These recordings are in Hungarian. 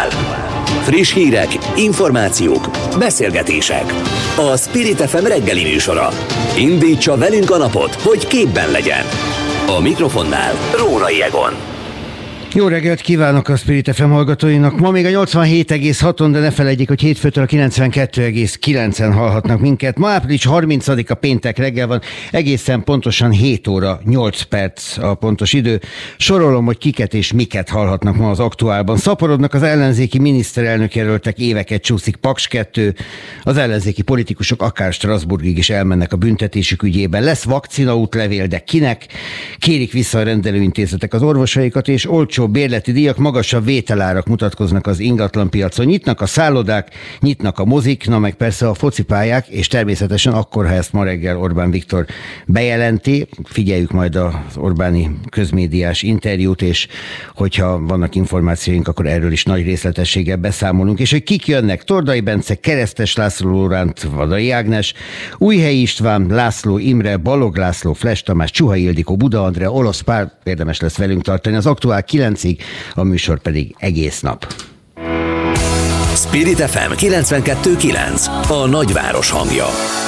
Friss hírek, információk, beszélgetések. A Spirit FM reggeli műsora. Indítsa velünk a napot, hogy képben legyen. A mikrofonnál Rónai Egon. Jó reggelt kívánok a Spirit FM hallgatóinak. Ma még a 87,6-on, de ne felejtjék, hogy hétfőtől a 92,9-en hallhatnak minket. Ma április 30-a péntek reggel van, egészen pontosan 7 óra 8 perc a pontos idő. Sorolom, hogy kiket és miket hallhatnak ma az aktuálban. Szaporodnak az ellenzéki miniszterelnök jelöltek, éveket csúszik Paks 2, az ellenzéki politikusok akár Strasbourgig is elmennek a büntetésük ügyében. Lesz vakcinaútlevél, de kinek? Kérik vissza a rendelőintézetek az orvosaikat, és olcsó bérleti díjak, magasabb vételárak mutatkoznak az ingatlanpiacon. Nyitnak a szállodák, nyitnak a mozik, na meg persze a focipályák, és természetesen akkor, ha ezt ma reggel Orbán Viktor bejelenti, figyeljük majd az Orbáni közmédiás interjút, és hogyha vannak információink, akkor erről is nagy részletességgel beszámolunk. És hogy kik jönnek: Tordai Bence, Keresztes László Lóránt, Vadai Ágnes, Újhelyi István, László Imre, Balog László, Fles Tamás, Csuhai Ildikó, Buda Andrea, Olosz Pál. Érdemes lesz velünk tartani az aktuál 9-ig, a műsor pedig egész nap. Spirit FM 92.9, a nagyváros hangja.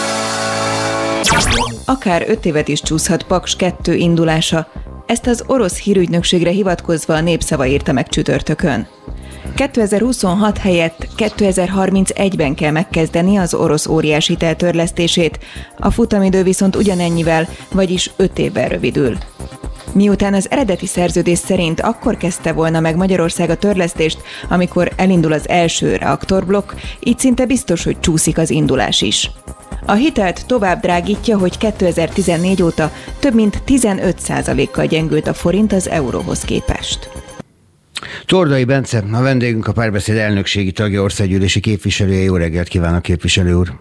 Akár 5 évet is csúszhat Paks 2 indulása. Ezt az orosz hírügynökségre hivatkozva a Népszava írta meg csütörtökön. 2026 helyett 2031-ben kell megkezdeni az orosz óriáshitel törlesztését, a futamidő viszont ugyanennyivel, vagyis 5 évvel rövidül. Miután az eredeti szerződés szerint akkor kezdte volna meg Magyarország a törlesztést, amikor elindul az első reaktorblokk, így szinte biztos, hogy csúszik az indulás is. A hitelt tovább drágítja, hogy 2014 óta több mint 15%-kal gyengült a forint az euróhoz képest. Tordai Bence, a vendégünk, a Párbeszéd elnökségi tagja, országgyűlési képviselője. Jó reggelt kívánok, képviselő úr!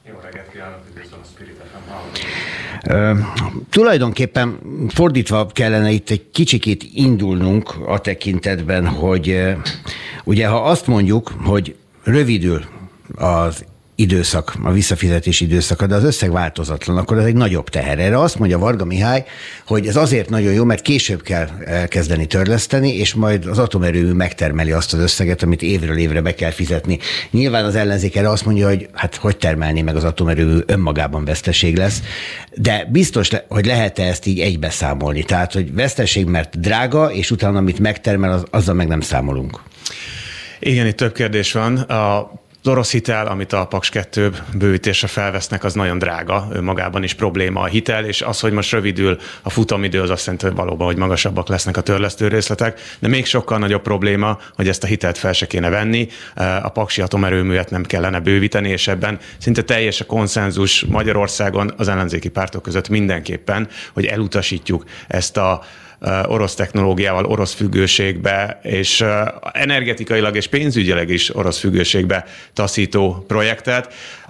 Tulajdonképpen fordítva kellene itt egy kicsikét indulnunk a tekintetben, hogy ugye ha azt mondjuk, hogy rövidül az időszak, a visszafizetési időszaka, de az összeg változatlan, akkor ez egy nagyobb teher. Erre azt mondja Varga Mihály, hogy ez azért nagyon jó, mert később kell elkezdeni törleszteni, és majd az atomerőmű megtermeli azt az összeget, amit évről évre be kell fizetni. Nyilván az ellenzék erre azt mondja, hogy hát hogy termelni meg az atomerőmű, önmagában veszteség lesz, de biztos, hogy lehet-e ezt így egybeszámolni? Tehát, hogy veszteség, mert drága, és utána amit megtermel, azzal meg nem számolunk. Igen, itt több kérdés van. Az orosz hitel, amit a Paks 2 bővítésre felvesznek, az nagyon drága, önmagában is probléma a hitel, és az, hogy most rövidül a futamidő, az azt jelenti valóban, hogy magasabbak lesznek a törlesztő részletek, de még sokkal nagyobb probléma, hogy ezt a hitelt fel se kéne venni, a paksi atomerőművet nem kellene bővíteni, és ebben szinte teljes a konszenzus Magyarországon az ellenzéki pártok között mindenképpen, hogy elutasítjuk ezt a orosz technológiával, orosz függőségbe, és energetikailag és pénzügyileg is orosz függőségbe taszító projektet.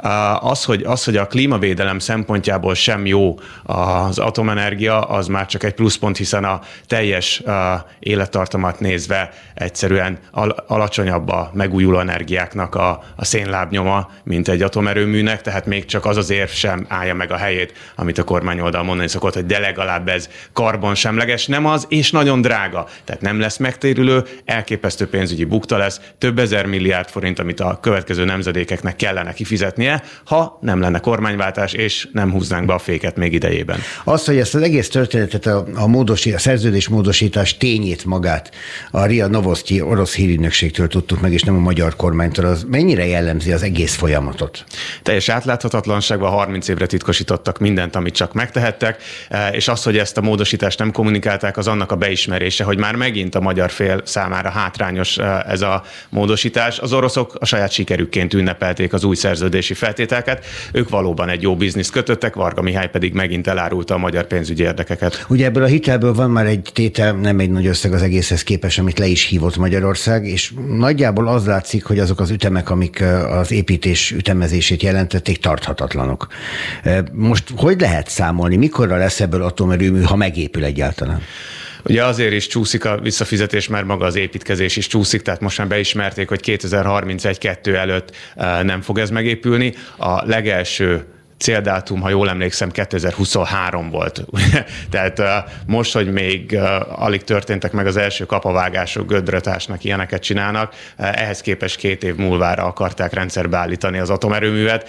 Az, hogy a klímavédelem szempontjából sem jó az atomenergia, az már csak egy pluszpont, hiszen a teljes élettartamát nézve egyszerűen alacsonyabb a megújuló energiáknak a szénlábnyoma, mint egy atomerőműnek, tehát még csak az érv sem állja meg a helyét, amit a kormányoldal mondani szokott, hogy de legalább ez karbonsemleges. Nem az, és nagyon drága. Tehát nem lesz megtérülő, elképesztő pénzügyi bukta lesz, több ezer milliárd forint, amit a következő nemzedékeknek kellene kifizetnie, ha nem lenne kormányváltás, és nem húznánk be a féket még idejében. Az, hogy ezt az egész történetet, a szerződésmódosítás tényét magát a RIA Novosti orosz hírügynökségtől tudtuk meg, és nem a magyar kormánytól, az mennyire jellemzi az egész folyamatot? Teljes átláthatatlanságban 30 évre titkosítottak mindent, amit csak megtehettek, és az, hogy ezt a módosítást nem kommunikálták, az annak a beismerése, hogy már megint a magyar fél számára hátrányos ez a módosítás. Az oroszok a saját sikerükként ünnepelték az új szerződési feltételeket. Ők valóban egy jó bizniszt kötöttek, Varga Mihály pedig megint elárulta a magyar pénzügyi érdekeket. Ugye ebből a hitelből van már egy tétel, nem egy nagy összeg az egészhez képest, amit le is hívott Magyarország, és nagyjából az látszik, hogy azok az ütemek, amik az építés ütemezését jelentették, tarthatatlanok. Most hogy lehet számolni? Mikorra lesz ebből atomerőmű, ha megépül egyáltalán? Ugye azért is csúszik a visszafizetés, mert maga az építkezés is csúszik, tehát most már beismerték, hogy 2031-2 előtt nem fog ez megépülni. A legelső céldátum, ha jól emlékszem, 2023 volt. Tehát most, hogy még alig történtek meg az első kapavágások, gödrötásnak, ilyeneket csinálnak, ehhez képest 2 év múlvára akarták rendszerbe állítani az atomerőművet,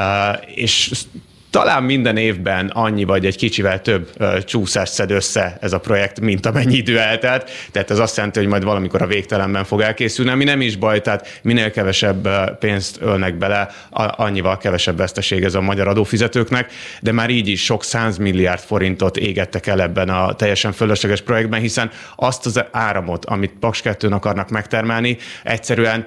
és talán minden évben annyi vagy egy kicsivel több csúszást szed össze ez a projekt, mint amennyi idő eltelt. Tehát ez azt jelenti, hogy majd valamikor a végtelenben fog elkészülni, ami nem is baj, tehát minél kevesebb pénzt ölnek bele, annyival kevesebb veszteség ez a magyar adófizetőknek, de már így is sok 100 milliárd forintot égettek el ebben a teljesen fölösleges projektben, hiszen azt az áramot, amit Paks 2-n akarnak megtermelni, egyszerűen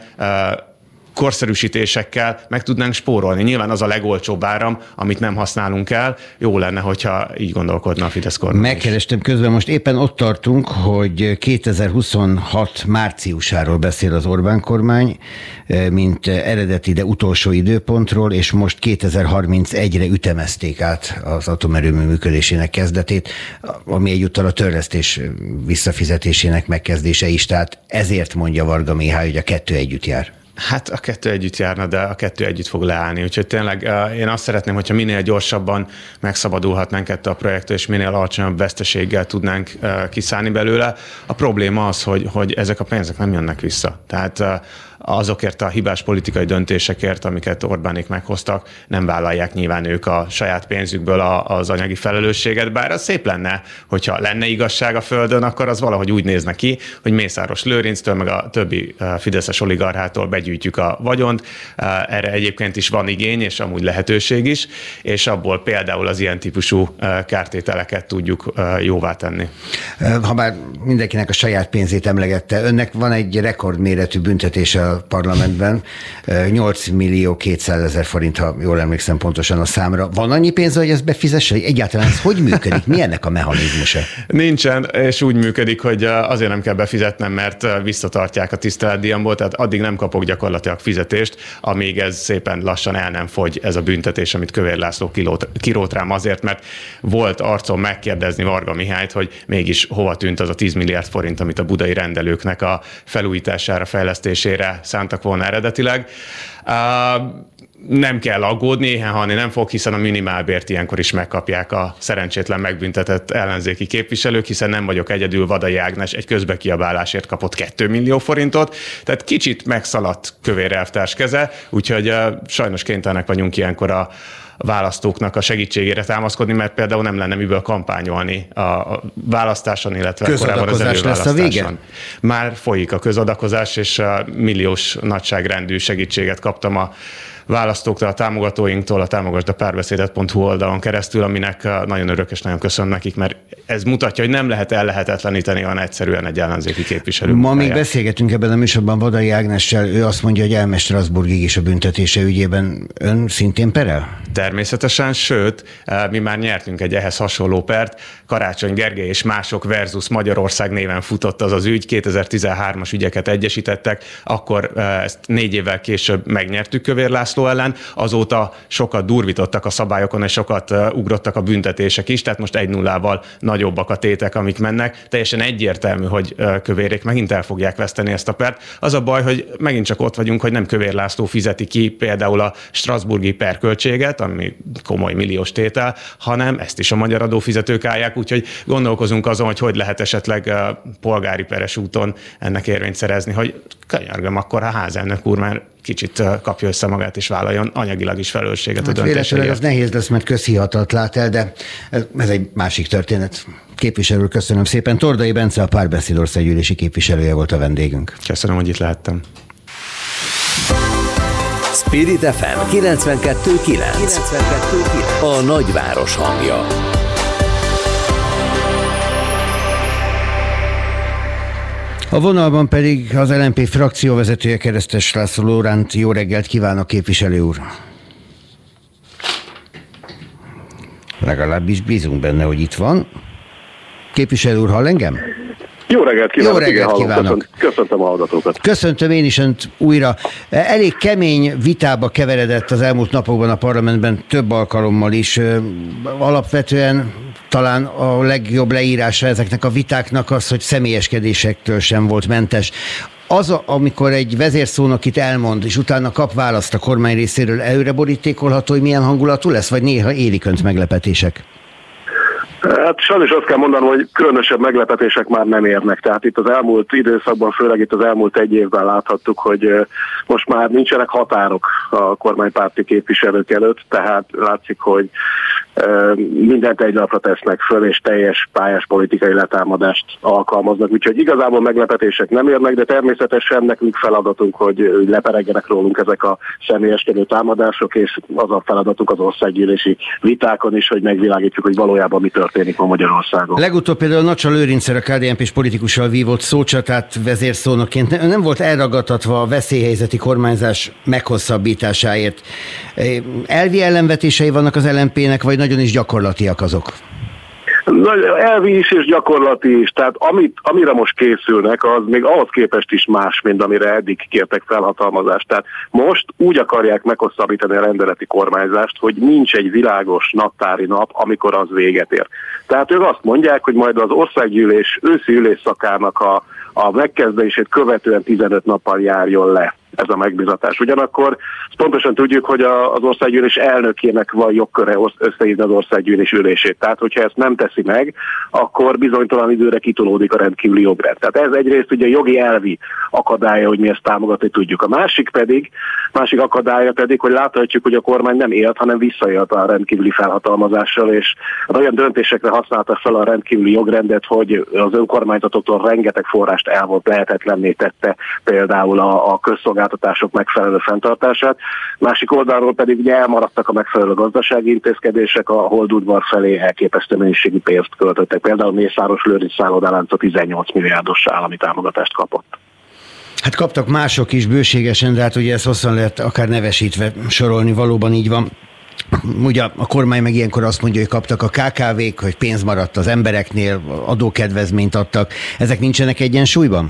korszerűsítésekkel meg tudnánk spórolni. Nyilván az a legolcsóbb áram, amit nem használunk el. Jó lenne, hogyha így gondolkodna a Fidesz kormány. Megkerestem közben, most éppen ott tartunk, hogy 2026 márciusáról beszél az Orbán kormány, mint eredeti, de utolsó időpontról, és most 2031-re ütemezték át az atomerőmű működésének kezdetét, ami egyúttal a törlesztés visszafizetésének megkezdése is. Tehát ezért mondja Varga Mihály, hogy a 2 együtt jár. Hát a 2 együtt járna, de a 2 együtt fog leállni. Úgyhogy tényleg én azt szeretném, hogyha minél gyorsabban megszabadulhatnánk ettől a projektől, és minél alacsonyabb veszteséggel tudnánk kiszállni belőle. A probléma az, hogy ezek a pénzek nem jönnek vissza. Tehát azokért a hibás politikai döntésekért, amiket Orbánék meghoztak, nem vállalják nyilván ők a saját pénzükből az anyagi felelősséget, bár az szép lenne, hogyha lenne igazság a Földön, akkor az valahogy úgy nézne ki, hogy Mészáros Lőrinctől, meg a többi fideszes oligarchától begyűjtjük a vagyont. Erre egyébként is van igény, és amúgy lehetőség is, és abból például az ilyen típusú kártételeket tudjuk jóvá tenni. Ha bár mindenkinek a saját pénzét emlegette, önnek van egy rekordméretű büntetése a parlamentben, 8 millió 200 000 forint, ha jól emlékszem pontosan a számra. Van annyi pénz, hogy ezt befizesse? Egyáltalán ez hogy működik? Mi ennek a mechanizmusa? Nincsen, és úgy működik, hogy azért nem kell befizetnem, mert visszatartják a tiszteletdíjamból, tehát addig nem kapok gyakorlatilag fizetést, amíg ez szépen lassan el nem fogy ez a büntetés, amit Kövér László kirót rám azért, mert volt arcom megkérdezni Varga Mihályt, hogy mégis hova tűnt az a 10 milliárd forint, amit a budai rendelőknek a felújítására, fejlesztésére szántak volna eredetileg. Nem kell aggódni, éhen halni nem fog, hiszen a minimálbért ilyenkor is megkapják a szerencsétlen megbüntetett ellenzéki képviselők, hiszen nem vagyok egyedül, Vadai Ágnes egy közbekiabálásért kapott 2 millió forintot, tehát kicsit megszaladt Kövér elvtárs keze, úgyhogy sajnos kénytelenek vagyunk ilyenkor a választóknak a segítségére támaszkodni, mert például nem lenne miből kampányolni a választáson, illetve korábban az előválasztáson. Már folyik a közadakozás, és milliós nagyságrendű segítséget kaptam a választóktól, a támogatóinktól, a támogasdapárbeszédet.hu oldalon keresztül, aminek nagyon örök és nagyon köszönöm nekik, mert ez mutatja, hogy nem lehet ellehetetleníteni olyan egyszerűen egy ellenzéki képviselő. Ma még beszélgetünk ebben a műsorban Vadai Ágnessel, ő azt mondja, hogy elmegy Strasbourgig is a büntetése ügyében. Ön szintén perel? Természetesen, sőt, mi már nyertünk egy ehhez hasonló pert. Karácsony Gergely és mások versus Magyarország néven futott az ügy, 2013-as ügyeket egyesítettek, akkor ezt 4 évvel később megnyertük Kövér László ellen, azóta sokat durvítottak a szabályokon, és sokat ugrottak a büntetések is, tehát most 1-0-val nagyobbak a tétek, amik mennek. Teljesen egyértelmű, hogy Kövérék megint el fogják veszteni ezt a pert. Az a baj, hogy megint csak ott vagyunk, hogy nem Kövér László fizeti ki például a strasbourgi perköltséget, ami komoly milliós tétel, hanem ezt is a magyar adófizetők állják, úgyhogy gondolkozunk azon, hogy lehet esetleg polgári peres úton ennek érvényt szerezni, hogy könyörgöm, akkor a házelnök úr már kicsit kapja össze magát és vállaljon anyagilag is felelősséget a döntéseiért. Ez nehéz lesz, mert közhihatalt lát el, de ez egy másik történet. Képviselő, köszönöm szépen. Tordai Bence, a Párbeszéd országgyűlési képviselője volt a vendégünk. Köszönöm, hogy itt lehettem. Spirit FM 92.9. A nagyváros hangja. A vonalban pedig az LMP frakcióvezetője, Keresztes László Lóránt. Jó reggelt kívánok, képviselő úr! Legalábbis bízunk benne, hogy itt van. Képviselő úr, hall engem? Jó reggelt kívánok! Jó reggelt kívánok! Köszöntöm a hallgatókat! Köszöntöm én is önt újra. Elég kemény vitába keveredett az elmúlt napokban a parlamentben, több alkalommal is. Alapvetően talán a legjobb leírása ezeknek a vitáknak az, hogy személyeskedésektől sem volt mentes. amikor egy vezérszónok itt elmond, és utána kap választ a kormány részéről, előre borítékolható, hogy milyen hangulatú lesz, vagy néha érik önt meglepetések? Hát sajnos azt kell mondanom, hogy különösebb meglepetések már nem érnek. Tehát itt az elmúlt időszakban, főleg itt az elmúlt egy évben láthattuk, hogy most már nincsenek határok a kormánypárti képviselők előtt, tehát látszik, hogy mindent egy lapra tesznek föl, és teljes pályás politikai letámadást alkalmaznak. Úgyhogy igazából meglepetések nem érnek, de természetesen nekünk feladatunk, hogy leperegjenek rólunk ezek a személyeskedő támadások, és az a feladatunk az országgyűlési vitákon is, hogy megvilágítjuk, hogy valójában mi történik ma Magyarországon. Legutóbb például Nacsa Lőrinccel, a KDNP-s politikussal vívott szócsatát vezérszónokként nem volt elragadtatva a veszélyhelyzeti kormányzás meghosszabbításáért. Elvi ellenvetései vannak az LMP-nek, vagy nagyon is gyakorlatiak azok? Elvi is és gyakorlati is, tehát amire most készülnek, az még ahhoz képest is más, mint amire eddig kértek felhatalmazást. Tehát most úgy akarják meghosszabbítani a rendeleti kormányzást, hogy nincs egy világos naptári nap, amikor az véget ér. Tehát ők azt mondják, hogy majd az országgyűlés őszi ülésszakának a megkezdését követően 15 nappal járjon le ez a megbizatás. Ugyanakkor pontosan tudjuk, hogy az országgyűlés elnökének van jogköre összehívni az országgyűlés ülését. Tehát, hogyha ezt nem teszi meg, akkor bizonytalan időre kitolódik a rendkívüli jogrend. Tehát ez egyrészt ugye jogi elvi akadálya, hogy mi ezt támogatni tudjuk. A másik akadálya pedig, hogy láthatjuk, hogy a kormány nem élt, hanem visszaélt a rendkívüli felhatalmazással, és olyan döntésekre használta fel a rendkívüli jogrendet, hogy az önkormányzatoktól rengeteg forrást elvont, lehetetlenné tette például a közszolgáltatások megfelelő fenntartását. Másik oldalról pedig ugye elmaradtak a megfelelő gazdasági intézkedések, a Holdudvar felé elképesztő mennyiségű pénzt költöttek. Például Mészáros Lőrinc szállodálánca 18 milliárdos állami támogatást kapott. Hát kaptak mások is bőségesen, de hát ugye ezt hosszan lehet akár nevesítve sorolni, valóban így van. Ugye a kormány meg ilyenkor azt mondja, hogy kaptak a KKV-k, hogy pénz maradt az embereknél, adókedvezményt adtak. Ezek nincsenek egyensúlyban?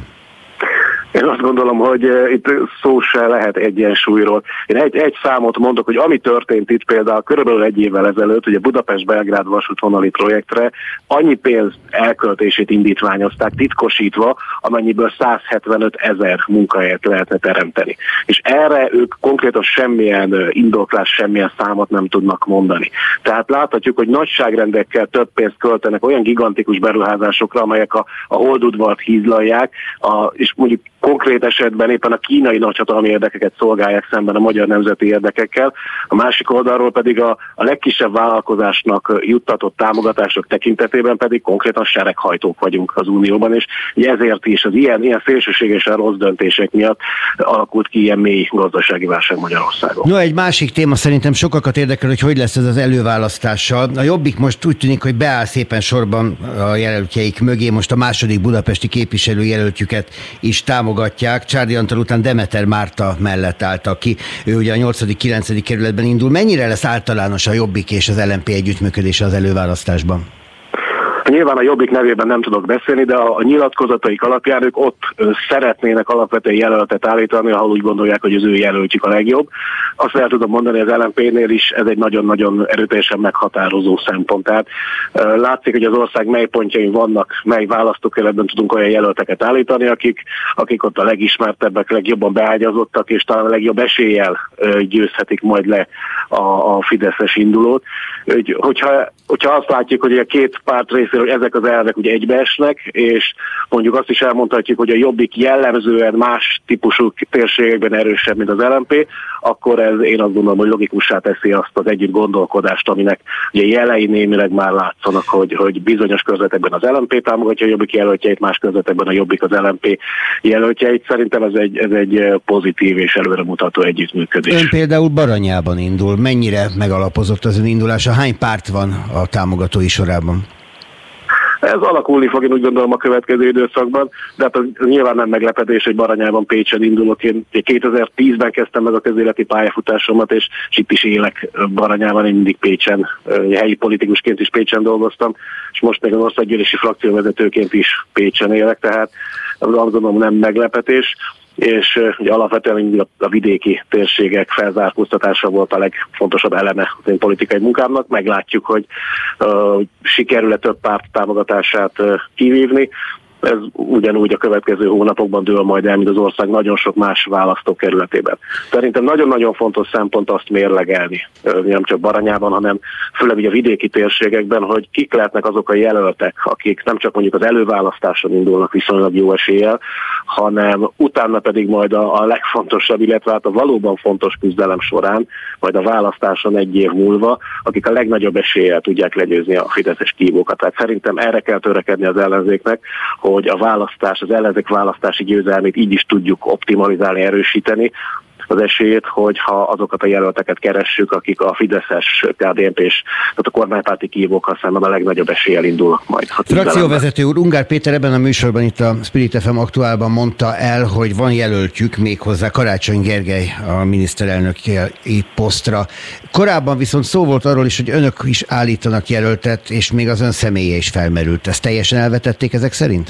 Én azt gondolom, hogy itt szó se lehet egyensúlyról. Én egy számot mondok, hogy ami történt itt például körülbelül egy évvel ezelőtt, hogy a Budapest-Belgrád vasútvonali projektre annyi pénz elköltését indítványozták titkosítva, amennyiből 175 000 munkahelyet lehetne teremteni. És erre ők konkrétan semmilyen indoklás, semmilyen számot nem tudnak mondani. Tehát láthatjuk, hogy nagyságrendekkel több pénzt költenek olyan gigantikus beruházásokra, amelyek a Holdudvart hízlalják, és mondjuk konkrét esetben éppen a kínai nagyhatalmi érdekeket szolgálják szemben a magyar nemzeti érdekekkel, a másik oldalról pedig a legkisebb vállalkozásnak juttatott támogatások tekintetében pedig konkrétan sereghajtók vagyunk az Unióban, és ezért is az ilyen szélsőségesen rossz döntések miatt alakult ki ilyen mély gazdasági válság Magyarországon. No, egy másik téma szerintem sokakat érdekel, hogy lesz ez az előválasztással. A Jobbik most úgy tűnik, hogy beáll szépen sorban a jelöltjeik mögé, most a második budapesti képviselőjelöltjüket is támogatják. Csárdi Antal után Demeter Márta mellett álltak ki. Ő ugye a 8.-9. kerületben indul. Mennyire lesz általános a Jobbik és az LMP együttműködése az előválasztásban? Nyilván a Jobbik nevében nem tudok beszélni, de a nyilatkozataik alapján ők ott szeretnének alapvetően jelöltet állítani, ahol úgy gondolják, hogy az ő jelöltjük a legjobb. Azt el tudom mondani, az LMP-nél is ez egy nagyon-nagyon erőteljesen meghatározó szempont. Tehát látszik, hogy az ország mely pontjain vannak, mely választókerületben tudunk olyan jelölteket állítani, akik ott a legismertebbek, legjobban beágyazottak, és talán a legjobb eséllyel győzhetik majd le a fideszes indulót. Hogyha azt látjuk, hogy a két párt részéről ezek az elvek ugye egybeesnek, és mondjuk azt is elmondhatjuk, hogy a Jobbik jellemzően más típusú térségekben erősebb, mint az LMP, akkor ez én azt gondolom, hogy logikussá teszi azt az együtt gondolkodást, aminek ugye jelei némileg már látszanak, hogy bizonyos körzetekben az LMP támogatja a Jobbik jelöltjeit, más körzetekben a Jobbik az LMP jelöltjeit. Szerintem ez egy pozitív és előremutató együttműködés. Ön például Baranyában indul. Mennyire megalapozott az ön indulása? Hány párt van a támogatói sorában? Ez alakulni fog, én úgy gondolom, a következő időszakban, de hát az nyilván nem meglepetés, hogy Baranyában, Pécsen indulok. Én 2010-ben kezdtem meg a közéleti pályafutásomat, és itt is élek Baranyában, én mindig Pécsen, helyi politikusként is Pécsen dolgoztam, és most meg az országgyűlési frakcióvezetőként is Pécsen élek, tehát azt gondolom nem meglepetés. És ugye alapvetően a vidéki térségek felzárkóztatása volt a legfontosabb eleme az én politikai munkámnak. Meglátjuk, hogy sikerül-e több párt támogatását kivívni. Ez ugyanúgy a következő hónapokban dől majd el, mint az ország nagyon sok más választókerületében. Szerintem nagyon-nagyon fontos szempont azt mérlegelni, nem csak Baranyában, hanem főleg a vidéki térségekben, hogy kik lehetnek azok a jelöltek, akik nem csak mondjuk az előválasztáson indulnak viszonylag jó eséllyel, hanem utána pedig majd a legfontosabb, illetve hát a valóban fontos küzdelem során, majd a választáson egy év múlva, akik a legnagyobb eséllyel tudják legyőzni a fideszes kívókat. Tehát szerintem erre kell törekedni az ellenzéknek, hogy a választás, az ellenzék választási győzelmét így is tudjuk optimalizálni, erősíteni az esélyét, hogyha azokat a jelölteket keressük, akik a fideszes, KDNP-s, tehát a kormánypárti kihívókkal szemben a legnagyobb eséllyel indulnak majd. Frakcióvezető úr, Ungár Péter ebben a műsorban itt a Spirit FM Aktuálban mondta el, hogy van jelöltjük méghozzá Karácsony Gergely a miniszterelnöki posztra. Korábban viszont szó volt arról is, hogy önök is állítanak jelöltet, és még az ön személye is felmerült. Ezt teljesen elvetették ezek szerint?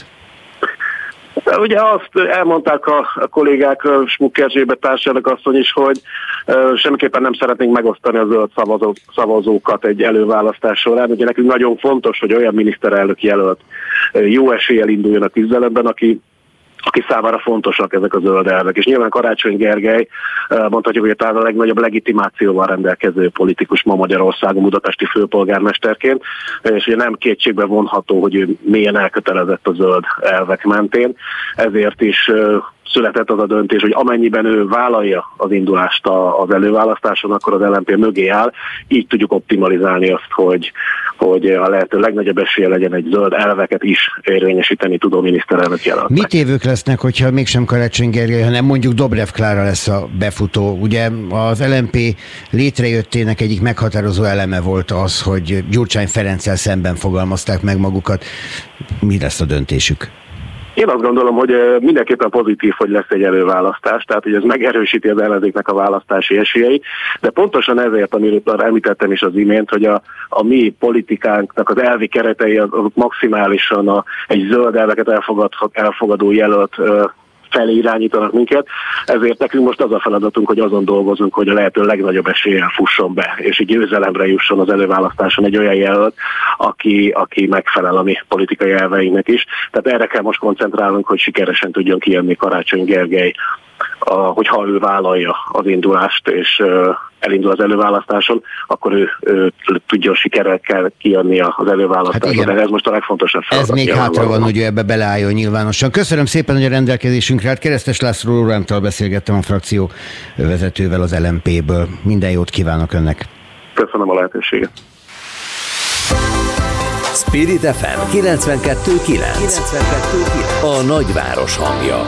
Ugye azt elmondták a kollégák, Smuk Erzsébet társelnök asszony is, hogy semmiképpen nem szeretnénk megosztani a zöld szavazókat egy előválasztás során. Ugye nekünk nagyon fontos, hogy olyan miniszterelnök jelölt jó eséllyel induljon a küzdelemben, aki számára fontosak ezek a zöld elvek. És nyilván Karácsony Gergely, mondhatjuk, hogy talán a legnagyobb legitimációval rendelkező politikus ma Magyarországon, budapesti főpolgármesterként, és ugye nem kétségbe vonható, hogy ő mélyen elkötelezett a zöld elvek mentén, ezért is született az a döntés, hogy amennyiben ő vállalja az indulást az előválasztáson, akkor az LMP mögé áll. Így tudjuk optimalizálni azt, hogy a lehető legnagyobb esélye legyen egy zöld elveket is érvényesíteni tudó miniszterelnök jelöltnek. Mit évők lesznek, hogyha mégsem Karácsony Gergely, hanem mondjuk Dobrev Klára lesz a befutó? Ugye az LMP létrejöttének egyik meghatározó eleme volt az, hogy Gyurcsány Ferenccel szemben fogalmazták meg magukat. Mi lesz a döntésük? Én azt gondolom, hogy mindenképpen pozitív, hogy lesz egy előválasztás, tehát hogy ez megerősíti az ellenzéknek a választási esélyeit, de pontosan ezért, amiről említettem is az imént, hogy a mi politikánknak az elvi keretei azok maximálisan egy zöld elveket elfogadó jelölt felé irányítanak minket, ezért nekünk most az a feladatunk, hogy azon dolgozunk, hogy a lehető legnagyobb eséllyel fusson be, és így győzelemre jusson az előválasztáson egy olyan jelölt, aki megfelel a mi politikai elveinknek is. Tehát erre kell most koncentrálnunk, hogy sikeresen tudjon kijönni Karácsony Gergely, hogyha ő vállalja az indulást, és elindul az előválasztáson, akkor ő tudjon sikerrel kijönni az előválasztáson. Hát ez most a legfontosabb feladat. Ez még hátra van, hogy ő ebbe beleálljon nyilvánosan. Köszönöm szépen, hogy a rendelkezésünkre állt. Keresztes László Lórántal beszélgettem, a frakció vezetővel az LMP-ből. Minden jót kívánok önnek. Köszönöm a lehetőséget. Spirit FM 92.9. A nagyváros hangja.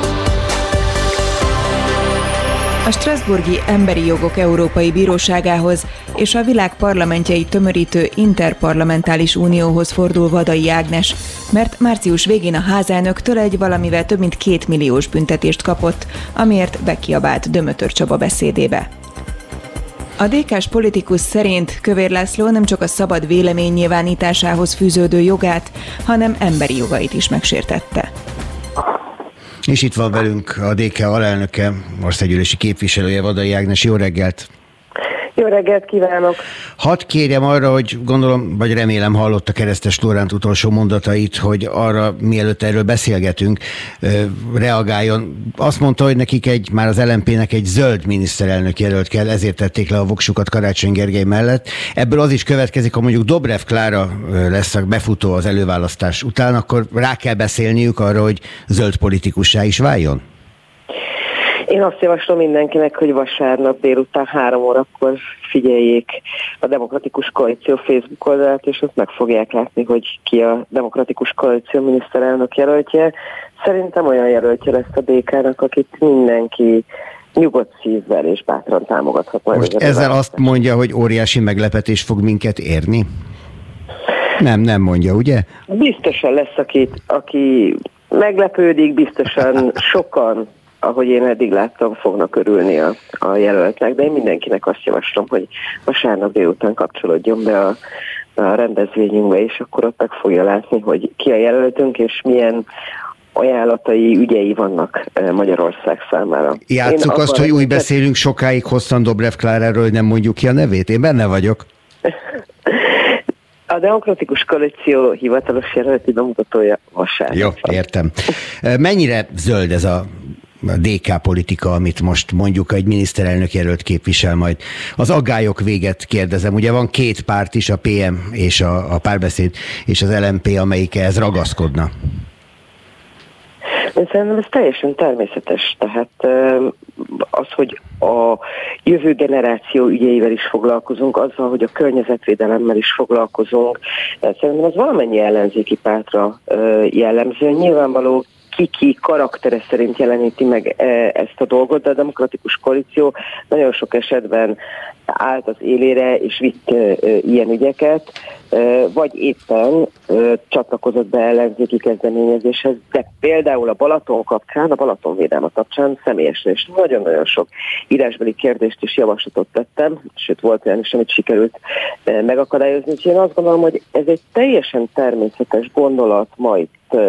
A Strasbourgi Emberi Jogok Európai Bíróságához és a világ parlamentjeit tömörítő Interparlamentális Unióhoz fordul Vadai Ágnes, mert március végén a házelnöktől egy valamivel több mint 2 milliós büntetést kapott, amiért bekiabált Dömötör Csaba beszédébe. A DK-s politikus szerint Kövér László nem csak a szabad vélemény nyilvánításához fűződő jogát, hanem emberi jogait is megsértette. És itt van velünk a DK alelnöke, országgyűlési képviselője, Vadai Ágnes. Jó reggelt! Jó reggelt kívánok! Hadd kérjem arra, hogy gondolom, vagy remélem hallotta Keresztes Lóránt utolsó mondatait, hogy arra, mielőtt erről beszélgetünk, reagáljon. Azt mondta, hogy nekik már az LMP-nek egy zöld miniszterelnök jelölt kell, ezért tették le a voksukat Karácsony Gergely mellett. Ebből az is következik, ha mondjuk Dobrev Klára lesz a befutó az előválasztás után, akkor rá kell beszélniük arra, hogy zöld politikussá is váljon? Én azt javaslom mindenkinek, hogy vasárnap délután 3 órakor figyeljék a Demokratikus Koalíció Facebook oldalát, és ott meg fogják látni, hogy ki a Demokratikus Koalíció miniszterelnök jelöltje. Szerintem olyan jelöltje lesz a DK-nak, akit mindenki nyugodt szívvel és bátran támogathat. Most ezzel azt mondja, hogy óriási meglepetés fog minket érni? Nem mondja, ugye? Biztosan lesz, aki meglepődik, biztosan sokan, ahogy én eddig láttam, fognak örülni a jelöltnek, de én mindenkinek azt javaslom, hogy vasárnap délután kapcsolódjon be a rendezvényünkbe, és akkor ott meg fogja látni, hogy ki a jelöltünk, és milyen ajánlatai, ügyei vannak Magyarország számára. Játsszuk azt, hogy úgy beszélünk sokáig hosszan Dobrev Kláráról, hogy nem mondjuk ki a nevét? Én benne vagyok. A Demokratikus Koalíció hivatalos jelölti bemutatója vasárnap. Jó, értem. Mennyire zöld ez a DK politika, amit most mondjuk egy miniszterelnök jelölt képvisel majd? Az aggályok véget kérdezem. Ugye van két párt is, a PM és a Párbeszéd és az LMP, amelyik ehhez ragaszkodna. Én szerintem ez teljesen természetes. Tehát az, hogy a jövő generáció ügyeivel is foglalkozunk, azzal, hogy a környezetvédelemmel is foglalkozunk, szerintem ez valamennyi ellenzéki pártra jellemző. Nyilvánvaló ki karaktere szerint jeleníti meg ezt a dolgot, de a Demokratikus Koalíció nagyon sok esetben állt az élére és vitt ilyen ügyeket, vagy éppen csatlakozott be ellenzéki kezdeményezéshez, de például a Balaton kapcsán, a Balatonvédelme kapcsán személyesen és nagyon-nagyon sok írásbeli kérdést és javaslatot tettem, sőt volt olyan is, amit sikerült megakadályozni. Úgyhogy én azt gondolom, hogy ez egy teljesen természetes gondolat majd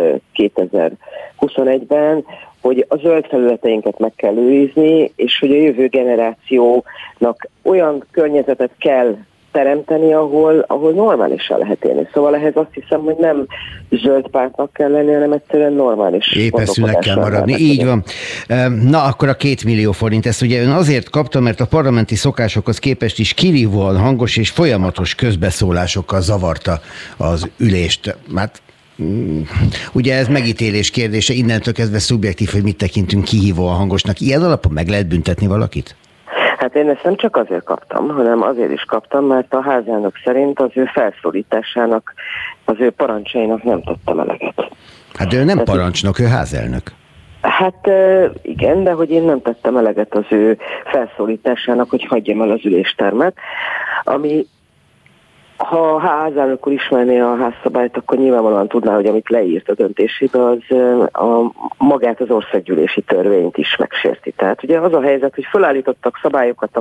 2021-ben, hogy a zöld felületeinket meg kell őrizni, és hogy a jövő generációnak olyan környezetet kell teremteni, ahol normálisan lehet élni. Szóval ehhez azt hiszem, hogy nem zöld pártnak kell lenni, hanem egyszerűen normális. Épeszűnek kell maradni. Így van. Na, akkor a 2 millió forint. Ezt ugye ön azért kapta, mert a parlamenti szokásokhoz képest is kirívóan hangos és folyamatos közbeszólásokkal zavarta az ülést. Hát ugye ez megítélés kérdése, innentől kezdve szubjektív, hogy mit tekintünk kihívóan hangosnak. Ilyen alapon meg lehet büntetni valakit? Hát én ezt nem csak azért kaptam, hanem azért is kaptam, mert a házelnök szerint az ő felszólításának, az ő parancsainak nem tettem eleget. Hát de ő nem parancsnok, ő házelnök. Hát igen, de hogy én nem tettem eleget az ő felszólításának, hogy hagyjam el az üléstermet, ami ha a házelnök úr ismerné a házszabályt, akkor nyilvánvalóan tudná, hogy amit leírt a döntésébe, az magát az országgyűlési törvényt is megsérti. Tehát ugye az a helyzet, hogy felállítottak szabályokat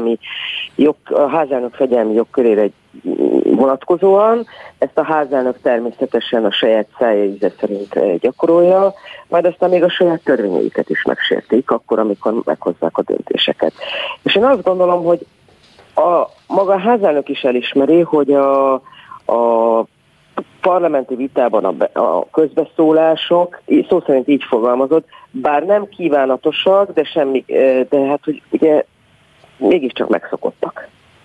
a házelnök fegyelmi jogkörére vonatkozóan, ezt a házelnök természetesen a saját szájéze szerint gyakorolja, majd aztán még a saját törvényeiket is megsértik, akkor, amikor meghozzák a döntéseket. És én azt gondolom, hogy maga a házelnök is elismeri, hogy a parlamenti vitában a közbeszólások, szó szerint így fogalmazott, bár nem kívánatosak, de hát, hogy ugye mégiscsak megszokottak.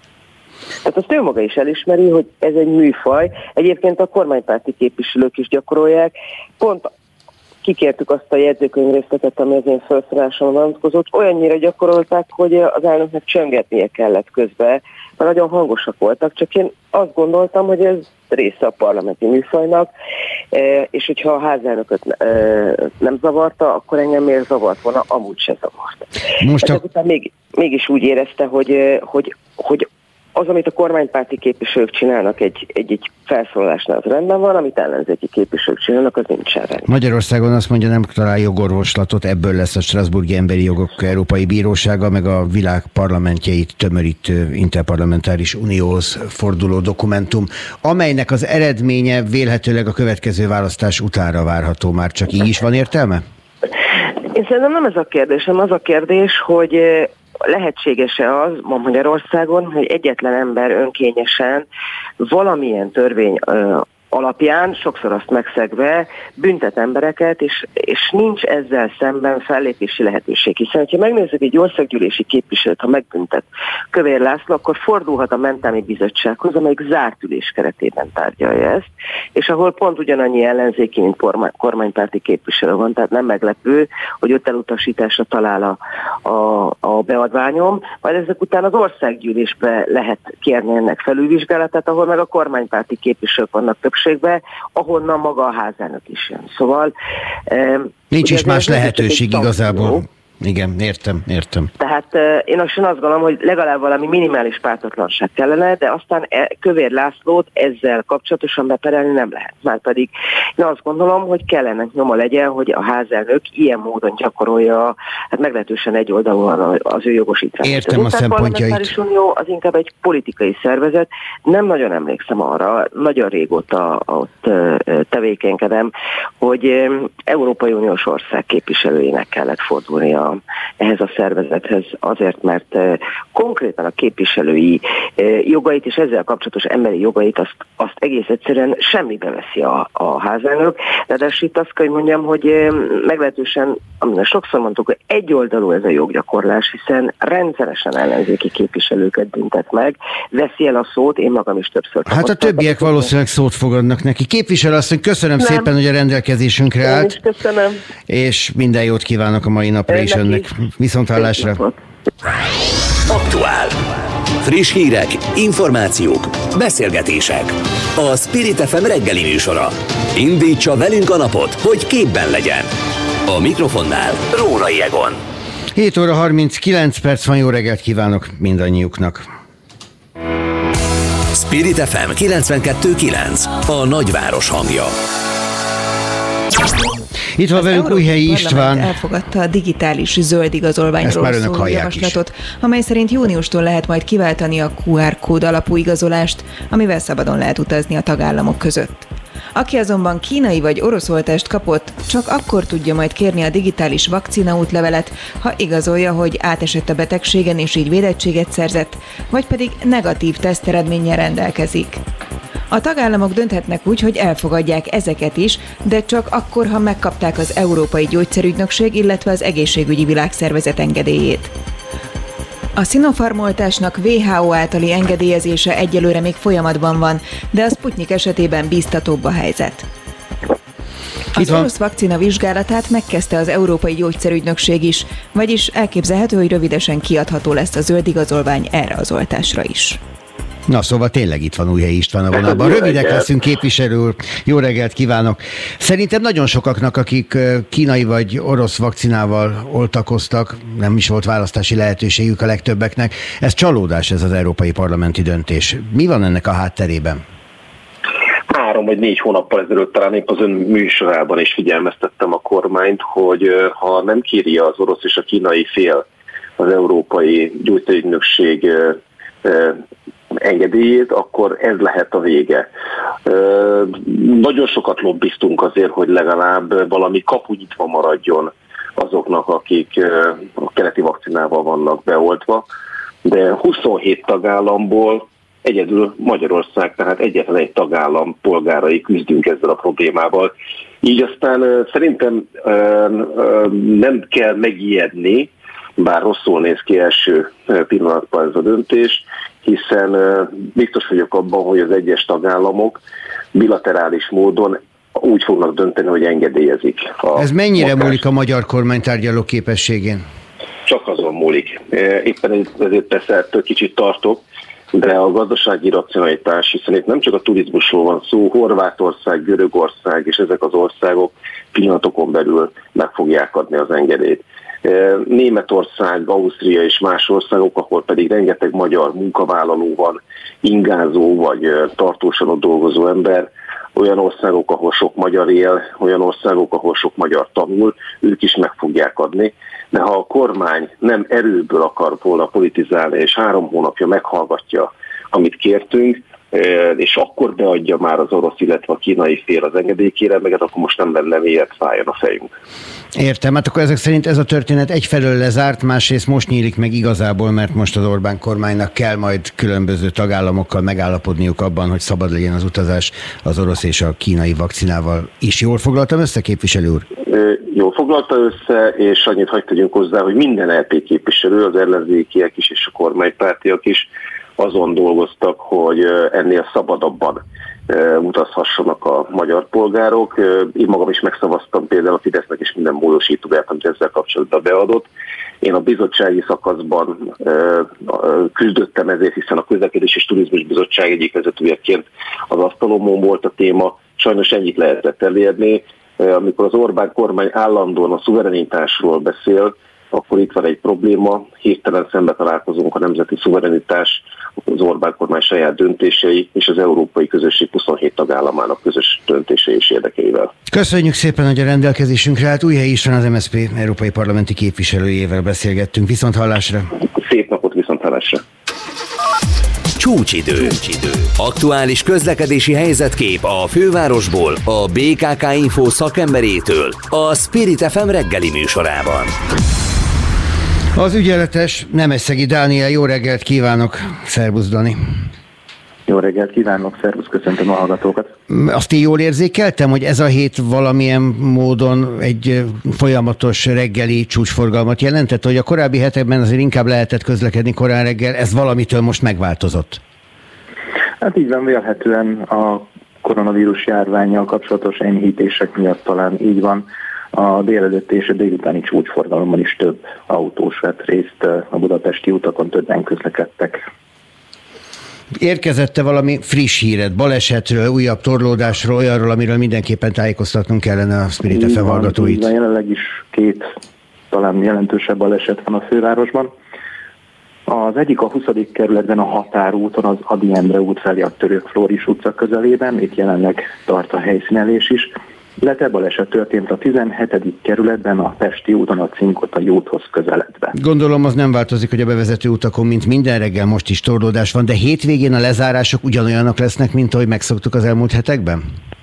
Tehát azt ő maga is elismeri, hogy ez egy műfaj. Egyébként a kormánypárti képviselők is gyakorolják. Pont kikértük azt a jegyzőkönyvrészletet, ami az én felszólásomra vonatkozott, olyannyira gyakorolták, hogy az elnöknek csöngetnie kellett közben, mert nagyon hangosak voltak, csak én azt gondoltam, hogy ez része a parlamenti műfajnak, és hogyha a házelnököt nem zavarta, akkor engem miért zavart volna, amúgy se zavart. Ezután mégis úgy érezte, hogy az, amit a kormánypárti képviselők csinálnak egy felszólalásnál, az rendben van, amit ellenzéki képviselők csinálnak, az nincsen rendben. Magyarországon azt mondja, nem talál jogorvoslatot, ebből lesz a Strasbourgi Emberi Jogok Európai Bírósága, meg a világ parlamentjeit tömörítő interparlamentáris unióhoz forduló dokumentum, amelynek az eredménye vélhetőleg a következő választás utánra várható. Már csak így is van értelme? Én szerintem nem ez a kérdés, hanem az a kérdés, hogy lehetséges-e az ma Magyarországon, hogy egyetlen ember önkényesen valamilyen törvény alapján, sokszor azt megszegve, büntet embereket, és nincs ezzel szemben fellépési lehetőség. Hiszen, ha megnézzük egy országgyűlési képviselőt, ha megbüntet Kövér László, akkor fordulhat a mentelmi bizottsághoz, amelyik zárt ülés keretében tárgyalja ezt, és ahol pont ugyanannyi ellenzéki, mint kormánypárti képviselő van, tehát nem meglepő, hogy ott elutasításra talál a beadványom, majd ezek után az országgyűlésbe lehet kérni ennek felülvizsgálatát, ahol meg a kormánypárti képviselők vannak többségbe, ahonnan maga a házelnök is jön. Szóval nincs is más lehetőség igazából. Igen, értem. Tehát én azt gondolom, hogy legalább valami minimális pártatlanság kellene, de aztán Kövér Lászlót ezzel kapcsolatosan beperelni nem lehet. Márpedig én azt gondolom, hogy kellene nyoma legyen, hogy a házelnök ilyen módon gyakorolja, hát meglehetősen egyoldalúan az ő jogosítványát. Értem a szempontjait. Unió az inkább egy politikai szervezet. Nem nagyon emlékszem arra, nagyon régóta ott tevékenykedem, hogy Európai Uniós ország képviselőjének kellett fordulni ehhez a szervezethez, azért, mert konkrétan a képviselői jogait és ezzel kapcsolatos emberi jogait azt egész egyszerűen semmibe veszi a házelnök. Ráadásul itt azt kell, hogy mondjam, hogy meglehetősen, amire sokszor mondtuk, hogy egyoldalú ez a joggyakorlás, hiszen rendszeresen ellenzéki képviselőket büntet meg, veszi el a szót, én magam is többször. Hát a többiek valószínűleg szót fogadnak neki. Képviselő asszony, köszönöm szépen, hogy a rendelkezésünkre állt. Én is köszönöm. És minden jót kívánok a mai napra is önnek. Viszonthallásra. Aktuál. Friss hírek, információk, beszélgetések. A Spirit FM reggeli műsora. Indítsa velünk a napot, hogy képben legyen. A mikrofonnál Rónai Egon. 7 óra 39 perc van, jó reggelt kívánok mindannyiuknak. Spirit FM 92.9. A nagyváros hangja. Itt van velünk Újhelyi István. Elfogadta a digitális zöld igazolványról szóló javaslatot, amely szerint júniustól lehet majd kiváltani a QR kód alapú igazolást, amivel szabadon lehet utazni a tagállamok között. Aki azonban kínai vagy orosz oltást kapott, csak akkor tudja majd kérni a digitális vakcinaútlevelet, ha igazolja, hogy átesett a betegségen és így védettséget szerzett, vagy pedig negatív teszteredménnyel rendelkezik. A tagállamok dönthetnek úgy, hogy elfogadják ezeket is, de csak akkor, ha megkapták az Európai Gyógyszerügynökség, illetve az Egészségügyi Világszervezet engedélyét. A Sinopharm oltásnak WHO általi engedélyezése egyelőre még folyamatban van, de a Sputnik esetében bíztatóbb a helyzet. Az orosz vakcina vizsgálatát megkezdte az Európai Gyógyszerügynökség is, vagyis elképzelhető, hogy rövidesen kiadható lesz a zöld igazolvány erre az oltásra is. Na szóval tényleg itt van Újhelyi István a vonalban. Rövidek leszünk, képviselő úr. Jó reggelt kívánok. Szerintem nagyon sokaknak, akik kínai vagy orosz vakcinával oltakoztak, nem is volt választási lehetőségük a legtöbbeknek. Ez csalódás, ez az európai parlamenti döntés. Mi van ennek a hátterében? 3 vagy 4 hónappal ezelőtt talán épp az ön műsorában is figyelmeztettem a kormányt, hogy ha nem kéri az orosz és a kínai fél az Európai Gyógyszerügynökség engedélyét, akkor ez lehet a vége. Nagyon sokat lobbiztunk azért, hogy legalább valami kapu nyitva maradjon azoknak, akik a keleti vakcinával vannak beoltva, de 27 tagállamból egyedül Magyarország, tehát egyetlen egy tagállam polgárai küzdünk ezzel a problémával. Így aztán szerintem nem kell megijedni, bár rosszul néz ki első pillanatban ez a döntés, hiszen biztos vagyok abban, hogy az egyes tagállamok bilaterális módon úgy fognak dönteni, hogy engedélyezik. Ez mennyire múlik a magyar kormány tárgyaló képességén? Csak azon múlik. Éppen ezért persze ettől kicsit tartok, de a gazdasági racionalitás, hiszen itt nem csak a turizmusról van szó, Horvátország, Görögország és ezek az országok pillanatokon belül meg fogják adni az engedélyt. Németország, Ausztria és más országok, ahol pedig rengeteg magyar munkavállaló van, ingázó vagy tartósan ott dolgozó ember, olyan országok, ahol sok magyar él, olyan országok, ahol sok magyar tanul, ők is meg fogják adni. De ha a kormány nem erőből akar volna politizálni, és 3 hónapja meghallgatja, amit kértünk, és akkor beadja már az orosz, illetve a kínai fél az engedélykérelmeket, akkor most nem lenne miért fájjon a fejünk. Értem, hát akkor ezek szerint ez a történet egyfelől lezárt, másrészt most nyílik meg igazából, mert most az Orbán kormánynak kell majd különböző tagállamokkal megállapodniuk abban, hogy szabad legyen az utazás az orosz és a kínai vakcinával is. Jól foglaltam össze, képviselő úr? Jól foglalta össze, és annyit hadd tegyünk hozzá, hogy minden LP képviselő, az ellenzékiek is és a kormánypártiak is azon dolgoztak, hogy ennél szabadabban utazhassanak a magyar polgárok. Én magam is megszavaztam például a Fidesznek is minden módosítóját, amit ezzel kapcsolatban beadott. Én a bizottsági szakaszban küzdöttem ezért, hiszen a Közlekedés és Turizmus Bizottság egyik vezetőjeként az asztalomon volt a téma. Sajnos ennyit lehetett elérni. Amikor az Orbán kormány állandóan a szuverenitásról beszél, akkor itt van egy probléma, hirtelen szembe találkozunk a nemzeti szuverenitás, az Orbán kormány saját döntései és az európai közösség 27 tagállamának közös döntései és érdekeivel. Köszönjük szépen, hogy a rendelkezésünkre állt. Újhelyi István, az MSZP európai parlamenti képviselőjével beszélgettünk. Viszonthallásra! Szép napot, viszonthallásra! Csúcsidő. Aktuális közlekedési helyzetkép a fővárosból, a BKK Info szakemberétől, a Spirit FM reggeli műsorában. Az ügyeletes Nemeszegi Dániel, jó reggelt kívánok, szervusz Dani. Jó reggelt kívánok, szervusz, köszöntöm a hallgatókat. Azt én jól érzékeltem, hogy ez a hét valamilyen módon egy folyamatos reggeli csúcsforgalmat jelentett, hogy a korábbi hetekben azért inkább lehetett közlekedni korán reggel, ez valamitől most megváltozott? Hát így van, vélhetően a koronavírus járvánnyal kapcsolatos enyhítések miatt talán így van. A délelőtt és a délutáni csúcsforgalomban is több autós vett részt, a budapesti utakon többen közlekedtek. Érkezett-e valami friss híred, balesetről, újabb torlódásról, olyanról, amiről mindenképpen tájékoztatnunk kellene a Spirit FM hallgatóit? Jelenleg is 2 talán jelentősebb baleset van a fővárosban. Az egyik a 20. kerületben a Határúton, az Ady Endre út felé a Török Flóris utca közelében, itt jelenleg tart a helyszínelés is. Illetve baleset történt a 17. kerületben a Pesti úton a Cinkotai úthoz közeledve. Gondolom az nem változik, hogy a bevezető utakon, mint minden reggel most is torlódás van, de hétvégén a lezárások ugyanolyanok lesznek, mint ahogy megszoktuk az elmúlt hetekben?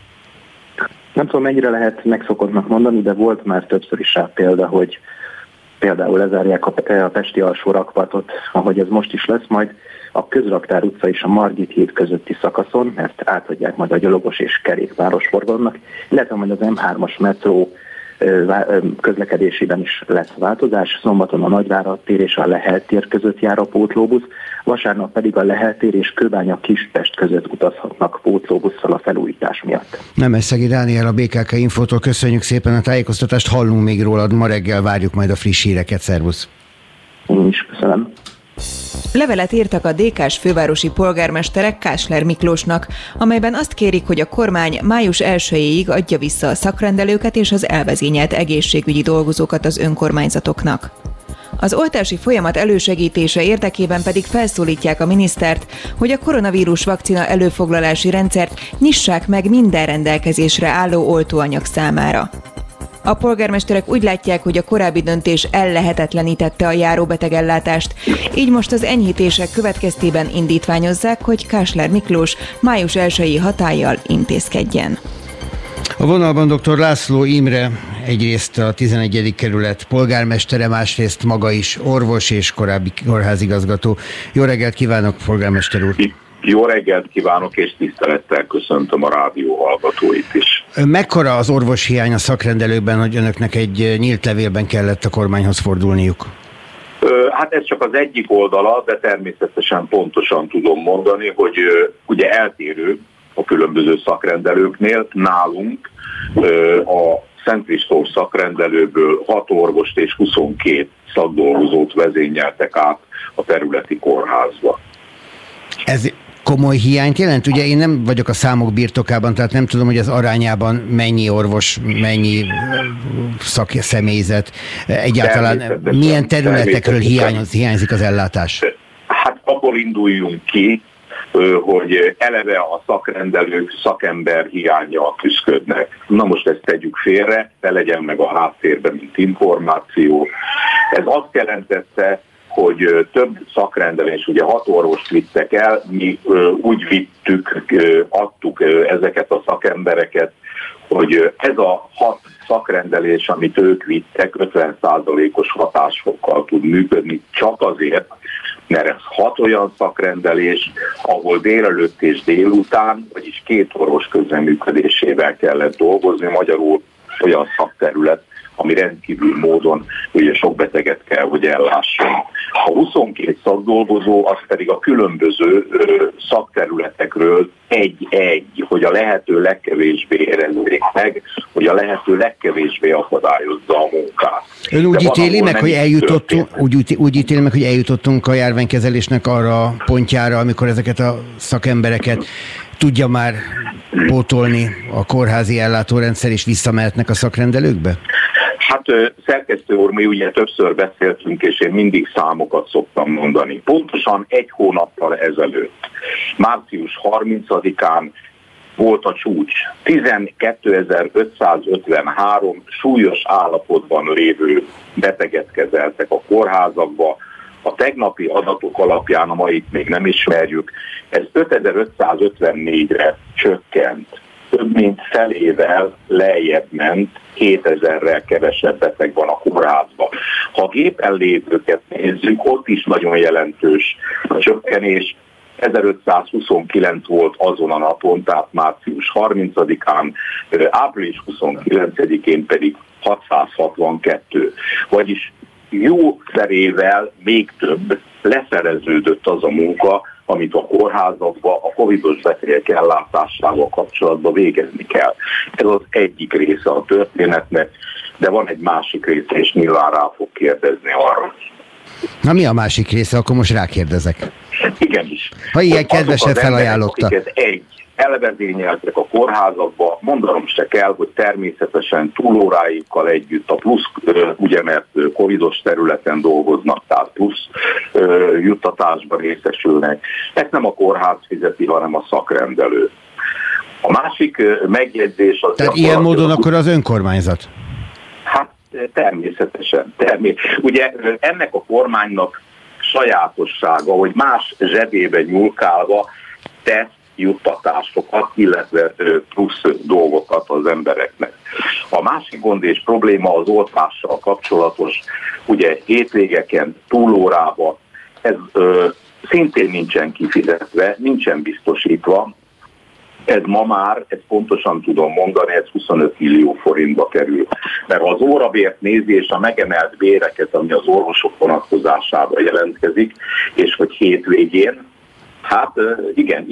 Nem tudom, mennyire lehet megszokottnak mondani, de volt már többször is rá példa, hogy például lezárják a Pesti alsó rakpartot, ahogy ez most is lesz, majd a Közraktár utca és a Margit híd közötti szakaszon, mert átadják majd a gyalogos és kerékpáros forgalomnak, illetve majd az M3-as metró közlekedésében is lesz változás. Szombaton a Nagyvárad tér és a Lehel tér között jár a pótlóbusz, vasárnap pedig a Lehel tér és Kőbánya Kispest között utazhatnak pótlóbusszal a felújítás miatt. Nemeszegi Dániel, a BKK Infótól köszönjük szépen a tájékoztatást, hallunk még rólad, ma reggel várjuk majd a friss híreket, szervusz! Én is köszönöm. Levelet írtak a DK-s fővárosi polgármesterek Kásler Miklósnak, amelyben azt kérik, hogy a kormány május 1-ig adja vissza a szakrendelőket és az elvezényelt egészségügyi dolgozókat az önkormányzatoknak. Az oltási folyamat elősegítése érdekében pedig felszólítják a minisztert, hogy a koronavírus vakcina előfoglalási rendszert nyissák meg minden rendelkezésre álló oltóanyag számára. A polgármesterek úgy látják, hogy a korábbi döntés ellehetetlenítette a járóbetegellátást, így most az enyhítések következtében indítványozzák, hogy Kásler Miklós május 1-i hatállyal intézkedjen. A vonalban dr. László Imre, egyrészt a 11. kerület polgármestere, másrészt maga is orvos és korábbi kórházigazgató. Jó reggelt kívánok, polgármester úr! Jó reggelt kívánok, és tisztelettel köszöntöm a rádió hallgatóit is. Mekkora az orvoshiány a szakrendelőkben, hogy önöknek egy nyílt levélben kellett a kormányhoz fordulniuk? Hát ez csak az egyik oldala, de természetesen pontosan tudom mondani, hogy ugye eltérő a különböző szakrendelőknél. Nálunk a Szent Kristóf szakrendelőből 6 orvost és 22 szakdolgozót vezényeltek át a területi kórházba. Ez komoly hiányt jelent? Ugye én nem vagyok a számok birtokában, tehát nem tudom, hogy az arányában mennyi orvos, mennyi szakszemélyzet, egyáltalán milyen területekről hiányzik az ellátás? Hát abból induljunk ki, hogy eleve a szakrendelők szakember hiánnyal küszködnek. Na most ezt tegyük félre, ne legyen meg a háttérben, mint információ. Ez azt jelentette, hogy több szakrendelés, ugye 6 orvost vittek el, mi úgy vittük, adtuk ezeket a szakembereket, hogy ez a 6 szakrendelés, amit ők vittek, 50%-os hatásfokkal tud működni, csak azért, mert ez 6 olyan szakrendelés, ahol délelőtt és délután, vagyis 2 orvos közreműködésével kellett dolgozni, magyarul olyan szakterület, ami rendkívül módon ugye sok beteget kell, hogy ellásson. A 22 szakdolgozó az pedig a különböző szakterületekről egy-egy, hogy a lehető legkevésbé érezzék meg, hogy a lehető legkevésbé akadályozza a munkát. Ön úgy ítéli meg, hogy eljutottunk a járványkezelésnek arra a pontjára, amikor ezeket a szakembereket tudja már pótolni a kórházi ellátórendszer, és visszamehetnek a szakrendelőkbe? Hát szerkesztő úr, mi ugye többször beszéltünk, és én mindig számokat szoktam mondani. Pontosan 1 hónappal ezelőtt, március 30-án volt a csúcs. 12.553 súlyos állapotban lévő beteget kezeltek a kórházakba. A tegnapi adatok alapján, a mait még nem ismerjük, ez 5.554-re csökkent. több mint felével lejjebb ment, 2000-rel kevesebb beteg van a kórházban. Ha a gépen lévőket nézzük, ott is nagyon jelentős a csökkenés. 1529 volt azon a napon, tehát március 30-án, április 29-én pedig 662. Vagyis jó szerével még több leszereződött az a munka, amit a kórházakban a covidos betegek ellátásával kapcsolatban végezni kell. Ez az egyik része a történetnek, de van egy másik része, és nyilván rá fog kérdezni arra. Na mi a másik része? Akkor most rákérdezek. Igenis. Ha ilyen kedvesen felajánlotta. Emberek, elvezényeltek a kórházakba, mondanom se kell, hogy természetesen túlóráikkal együtt a plusz, ugye mert covidos területen dolgoznak, tehát plusz juttatásban részesülnek. Ezt nem a kórház fizeti, hanem a szakrendelő. A másik megjegyzés az... Tehát ilyen módon akkor az önkormányzat? Hát természetesen. Ugye ennek a kormánynak sajátossága, hogy más zsebébe nyúlkálva tesz juttatásokat, illetve plusz dolgokat az embereknek. A másik gond és probléma az oltással kapcsolatos, ugye hétvégeken, túlórában, ez szintén nincsen kifizetve, nincsen biztosítva. Ez ma már, ezt pontosan tudom mondani, ez 25 millió forintba kerül. Mert ha az órabért nézi és a megemelt béreket, ami az orvosok vonatkozásában jelentkezik, és hogy hétvégén, hát igen,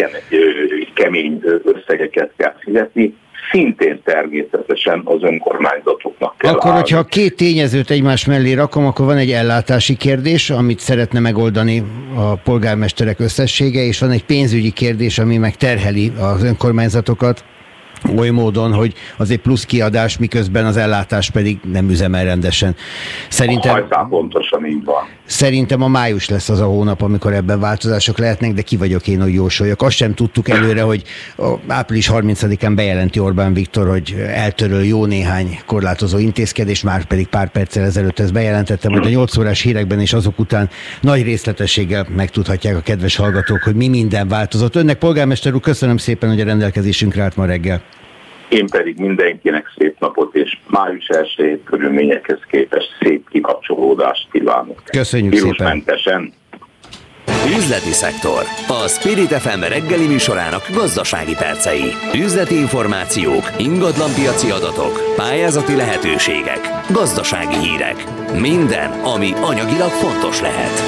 kemény összegeket kell fizetni, szintén természetesen az önkormányzatoknak kell Akkor, állni. hogyha a két tényezőt egymás mellé rakom, akkor van egy ellátási kérdés, amit szeretne megoldani a polgármesterek összessége, és van egy pénzügyi kérdés, ami meg terheli az önkormányzatokat oly módon, hogy azért plusz kiadás, miközben az ellátás pedig nem üzemel rendesen. Pontosan így van. Szerintem a május lesz az a hónap, amikor ebben változások lehetnek, de ki vagyok én, hogy jósoljak. Azt sem tudtuk előre, hogy április 30-án bejelenti Orbán Viktor, hogy eltöröl jó néhány korlátozó intézkedést, már pedig pár perccel ezelőtt ezt bejelentettem, hogy a 8 órás hírekben és azok után nagy részletességgel megtudhatják a kedves hallgatók, hogy mi minden változott. Önnek, polgármester úr, köszönöm szépen, hogy a rendelkezésünkre állt ma reggel. Én pedig mindenkinek szép napot és május 1. körülményekhez képest szép kikapcsolódást kívánok. Köszönjük szépen. Vírusmentesen. Üzleti szektor. A Spirit FM reggeli műsorának gazdasági percei. Üzleti információk, ingatlanpiaci adatok, pályázati lehetőségek, gazdasági hírek. Minden, ami anyagilag fontos lehet.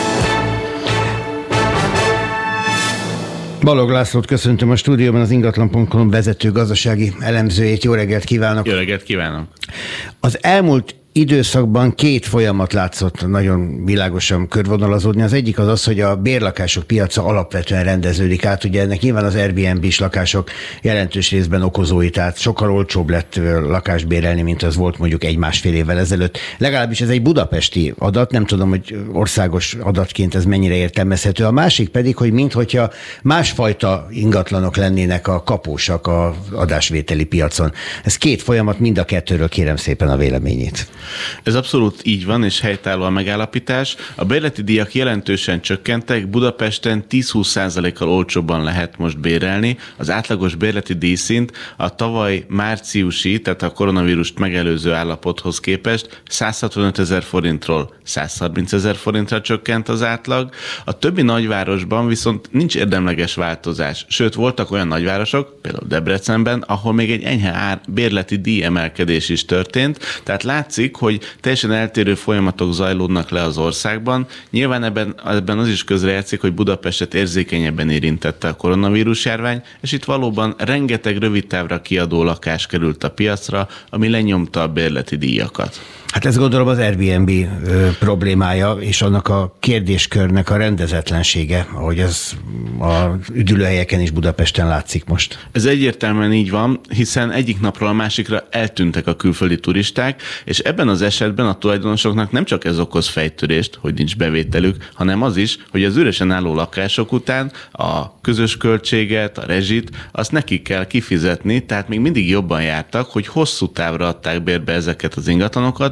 Balog Lászlót köszöntöm a stúdióban, az ingatlan.com vezető gazdasági elemzőjét. Jó reggelt kívánok! Jó reggelt kívánok! Az elmúlt időszakban két folyamat látszott nagyon világosan körvonalazódni. Az egyik az, hogy a bérlakások piaca alapvetően rendeződik át. Ugye ennek nyilván az Airbnb-s lakások jelentős részben okozói, tehát sokkal olcsóbb lett lakást bérelni, mint az volt mondjuk 1-1,5 évvel ezelőtt. Legalábbis ez egy budapesti adat, nem tudom, hogy országos adatként ez mennyire értelmezhető. A másik pedig, hogy minthogyha másfajta ingatlanok lennének a kapósak az adásvételi piacon. Ez két folyamat, mind a kettőről kérem szépen a véleményét. Ez abszolút így van, és helytálló a megállapítás. A bérleti díjak jelentősen csökkentek, Budapesten 10-20%-kal olcsóbban lehet most bérelni. Az átlagos bérleti díjszint a tavaly márciusi, tehát a koronavírust megelőző állapothoz képest 165 000 forintról 130 000 forintra csökkent az átlag. A többi nagyvárosban viszont nincs érdemleges változás. Sőt, voltak olyan nagyvárosok, például Debrecenben, ahol még egy enyhe bérleti díj emelkedés is történt, tehát látszik, hogy teljesen eltérő folyamatok zajlódnak le az országban. Nyilván ebben az is közrejátszik, hogy Budapestet érzékenyebben érintette a koronavírus járvány, és itt valóban rengeteg rövid távra kiadó lakás került a piacra, ami lenyomta a bérleti díjakat. Hát ez gondolom az Airbnb problémája, és annak a kérdéskörnek a rendezetlensége, ahogy ez a üdülőhelyeken is Budapesten látszik most. Ez egyértelműen így van, hiszen egyik napról a másikra eltűntek a külföldi turisták, és ebben az esetben a tulajdonosoknak nem csak ez okoz fejtörést, hogy nincs bevételük, hanem az is, hogy az üresen álló lakások után a közös költséget, a rezsit, azt nekik kell kifizetni, tehát még mindig jobban jártak, hogy hosszú távra adták bérbe ezeket az ingatlanokat,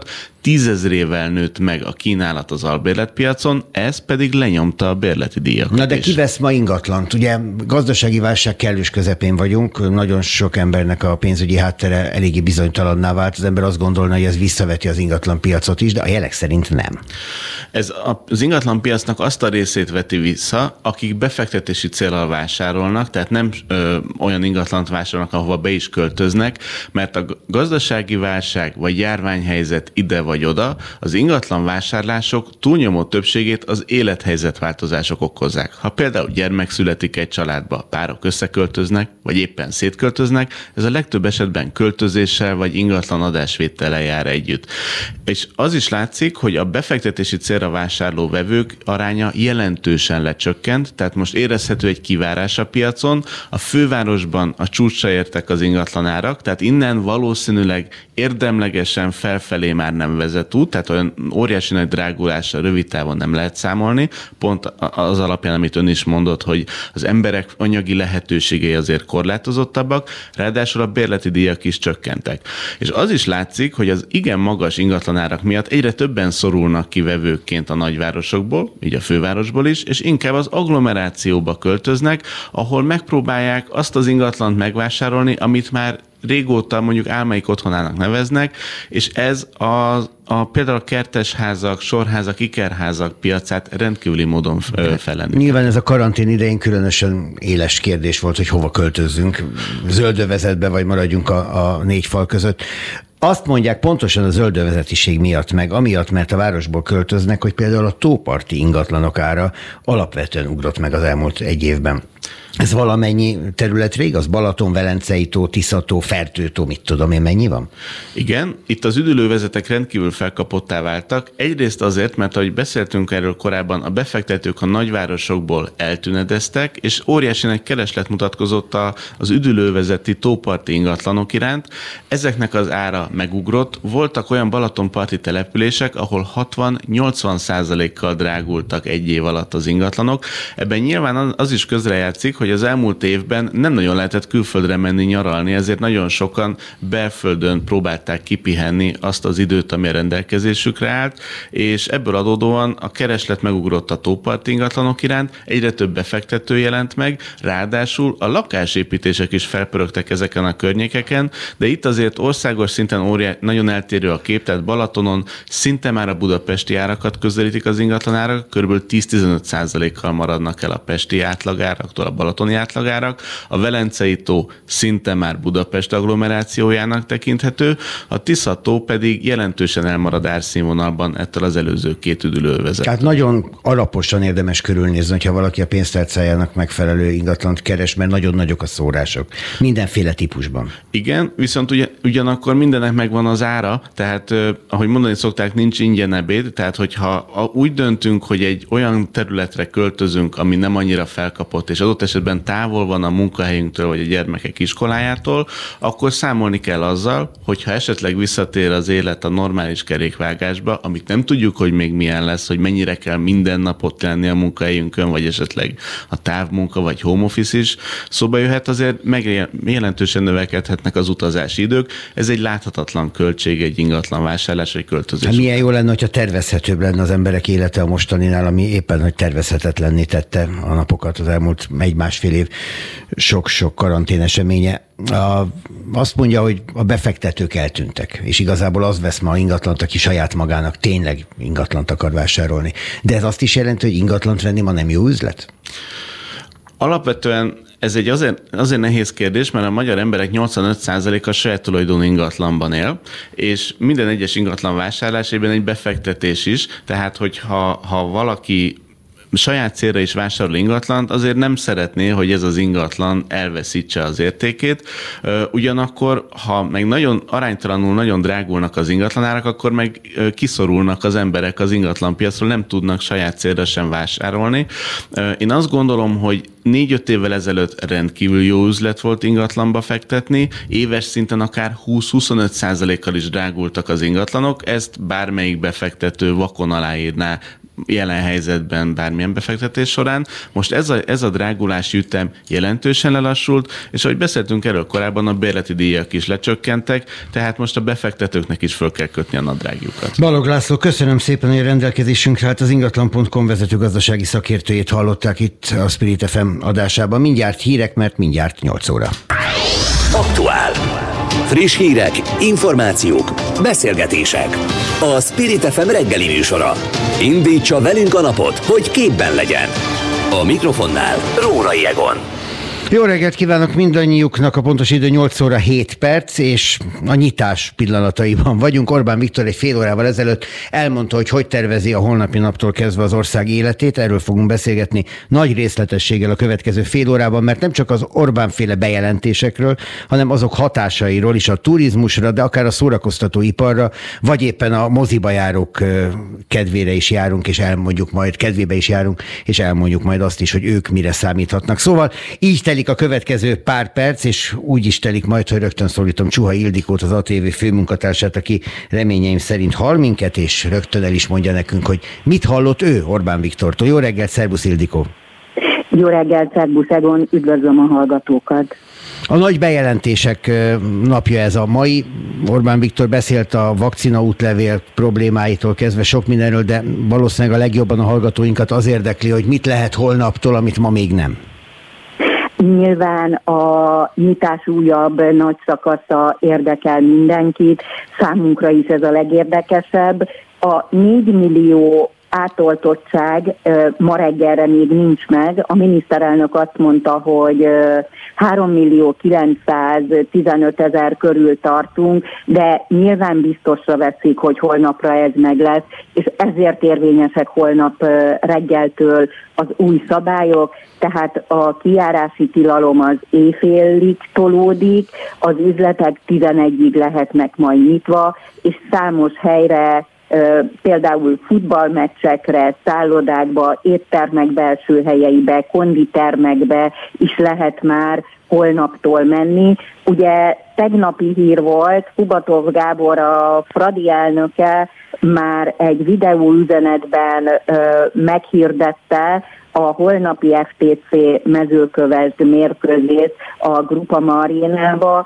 10 000-ével nőtt meg a kínálat az albérletpiacon, ez pedig lenyomta a bérleti díjakat. Na de ki vesz ma ingatlant? Ugye gazdasági válság kellős közepén vagyunk, nagyon sok embernek a pénzügyi háttere eléggé bizonytalanná vált, az ember azt gondolna, hogy ez visszaveti az ingatlan piacot is, de a jelek szerint nem. Ez az ingatlan piacnak azt a részét veti vissza, akik befektetési céllal vásárolnak, tehát nem olyan ingatlant vásárolnak, ahova be is költöznek, mert a gazdasági válság vagy járványhelyzet ide vagy oda, az ingatlan vásárlások túlnyomó többségét az élethelyzetváltozások okozzák. Ha például gyermek születik egy családba, párok összeköltöznek, vagy éppen szétköltöznek, ez a legtöbb esetben költözéssel vagy ingatlan adásvétellel jár együtt. És az is látszik, hogy a befektetési célra vásárló vevők aránya jelentősen lecsökkent, tehát most érezhető egy kivárás a piacon, a fővárosban a csúcsra értek az ingatlanárak, tehát innen valószínűleg érdemlegesen felfelé már nem vezet út, tehát olyan óriási nagy drágulásra rövid távon nem lehet számolni, pont az alapján, amit ön is mondott, hogy az emberek anyagi lehetőségei azért korlátozottabbak, ráadásul a bérleti díjak is csökkentek. És az is látszik, hogy az igen magas ingatlanárak miatt egyre többen szorulnak ki vevőkként a nagyvárosokból, így a fővárosból is, és inkább az agglomerációba költöznek, ahol megpróbálják azt az ingatlant megvásárolni, amit már régóta mondjuk álmaik otthonának neveznek, és ez például a kertesházak, sorházak, ikerházak piacát rendkívüli módon fellenni. Nyilván ez a karantén idején különösen éles kérdés volt, hogy hova költözzünk, zöldövezetbe vagy maradjunk a négy fal között. Azt mondják pontosan a zöldövezetiség miatt meg, amiatt, mert a városból költöznek, hogy például a tóparti ingatlanok ára alapvetően ugrott meg az elmúlt egy évben. Ez valamennyi területre igaz? Balaton, Velencei tó, Tiszató, Fertőtó, mit tudom én, mennyi van? Igen, itt az üdülővezetek rendkívül felkapottá váltak. Egyrészt azért, mert ahogy beszéltünk erről korábban, a befektetők a nagyvárosokból eltűnedeztek, és óriási nagy kereslet mutatkozott az üdülővezeti tóparti ingatlanok iránt. Ezeknek az ára megugrott. Voltak olyan balatonparti települések, ahol 60-80%-kal drágultak egy év alatt az ingatlanok. Ebben nyilván az is közrejátszik, hogy az elmúlt évben nem nagyon lehetett külföldre menni nyaralni, ezért nagyon sokan belföldön próbálták kipihenni azt az időt, ami a rendelkezésükre állt, és ebből adódóan a kereslet megugrott a tóparti ingatlanok iránt, egyre több befektető jelent meg, ráadásul a lakásépítések is felpörögtek ezeken a környékeken, de itt azért országos szinten nagyon eltérő a kép, tehát Balatonon szinte már a budapesti árakat közelítik az ingatlanárak, kb. 10-15%-kal maradnak el a pesti átlagáraktól a balatoni átlagárak, a Velencei tó szinte már Budapest agglomerációjának tekinthető, a Tisza-tó pedig jelentősen elmarad árszínvonalban ettől az előző két üdülővezet. Tehát nagyon alaposan érdemes körülnézni, hogyha valaki a pénztárcájának megfelelő ingatlant keres, mert nagyon nagyok a szórások. Mindenféle típusban. Igen, viszont ugyanakkor mindennek megvan az ára, tehát ahogy mondani szokták, nincs ingyen ebéd, tehát hogyha úgy döntünk, hogy egy olyan területre költözünk, ami nem annyira felkapott, és adott esetben távol van a munkahelyünktől, vagy a gyermekek iskolájától, akkor számolni kell azzal, hogyha esetleg visszatér az élet a normális kerékvágásba, amit nem tudjuk, hogy még milyen lesz, hogy mennyire kell minden nap ott lenni a munkahelyünkön, vagy esetleg a távmunka, vagy home office is szóba jöhet, azért jelentősen növekedhetnek az utazási idők. Ez egy láthatatlan költség egy ingatlan vásárlás, vagy költözés. Hát milyen jó lenne, hogyha tervezhetőbb lenne az emberek élete a mostaninál, ami éppen, hogy tervezhetetlenné tette a napokat az elmúlt egy-másfél év sok-sok karantén eseménye. Azt mondja, hogy a befektetők eltűntek, és igazából az vesz ma ingatlant, aki saját magának tényleg ingatlant akar vásárolni. De ez azt is jelenti, hogy ingatlant venni ma nem jó üzlet? Alapvetően ez egy azért nehéz kérdés, mert a magyar emberek 85%-a saját tulajdonú ingatlanban él, és minden egyes ingatlan vásárlásében egy befektetés is, tehát hogyha valaki saját célra is vásárol ingatlant, azért nem szeretné, hogy ez az ingatlan elveszítse az értékét. Ugyanakkor, ha meg nagyon aránytalanul nagyon drágulnak az ingatlanárak, akkor meg kiszorulnak az emberek az ingatlanpiacról, nem tudnak saját célra sem vásárolni. Én azt gondolom, hogy 4-5 évvel ezelőtt rendkívül jó üzlet volt ingatlanba fektetni, éves szinten akár 20-25%-kal is drágultak az ingatlanok, ezt bármelyik befektető vakon aláírná, jelen helyzetben bármilyen befektetés során. Most ez a drágulási ütem jelentősen lelassult, és ahogy beszéltünk erről korábban, a bérleti díjak is lecsökkentek, tehát most a befektetőknek is föl kell kötni a nadrágjukat. Balog László, köszönöm szépen, hogy a rendelkezésünkre állt. Az ingatlan.com vezető gazdasági szakértőjét hallották itt a Spirit FM adásában. Mindjárt hírek, mert mindjárt 8 óra. Aktuál. Friss hírek, információk, beszélgetések. A Spirit FM reggeli műsora. Indítsa velünk a napot, hogy képben legyen. A mikrofonnál Rórai Egon. Jó reggelt kívánok mindannyiuknak, a pontos idő 8 óra 7 perc, és a nyitás pillanataiban vagyunk. Orbán Viktor egy fél órával ezelőtt elmondta, hogy tervezi a holnapi naptól kezdve az ország életét. Erről fogunk beszélgetni nagy részletességgel a következő fél órában, mert nem csak az Orbán-féle bejelentésekről, hanem azok hatásairól is a turizmusra, de akár a szórakoztatóiparra, vagy éppen a moziba járók kedvére is járunk, és elmondjuk majd, kedvébe is járunk, és elmondjuk majd azt is, hogy ők mire számíthatnak. Szóval így telik a következő pár perc, és úgy is telik majd, hogy rögtön szólítom Csuhai Ildikót, az ATV főmunkatársát, aki reményeim szerint hall minket, és rögtön el is mondja nekünk, hogy mit hallott ő Orbán Viktortól. Jó reggelt, szervusz Ildikó! Jó reggelt, szervusz Egon, üdvözlöm a hallgatókat! A nagy bejelentések napja ez a mai. Orbán Viktor beszélt a vakcina útlevél problémáitól kezdve sok mindenről, de valószínűleg a legjobban a hallgatóinkat az érdekli, hogy mit lehet holnaptól, amit ma még nem. Nyilván a nyitás újabb nagy szakasza érdekel mindenkit, számunkra is ez a legérdekesebb. A 4 millió átoltottság ma reggelre még nincs meg. A miniszterelnök azt mondta, hogy 3.915.000 körül tartunk, de nyilván biztosra veszik, hogy holnapra ez meg lesz, és ezért érvényesek holnap reggeltől az új szabályok, tehát a kijárási tilalom az éjfélig tolódik, az üzletek 11-ig lehetnek majd nyitva, és számos helyre, például futballmeccsekre, szállodákba, éttermek belső helyeibe, konditermekbe is lehet már holnaptól menni. Ugye tegnapi hír volt, Kubatov Gábor, a Fradi elnöke már egy videóüzenetben meghirdette a holnapi FTC Mezőkövesd mérkőzést a Grupama arénába.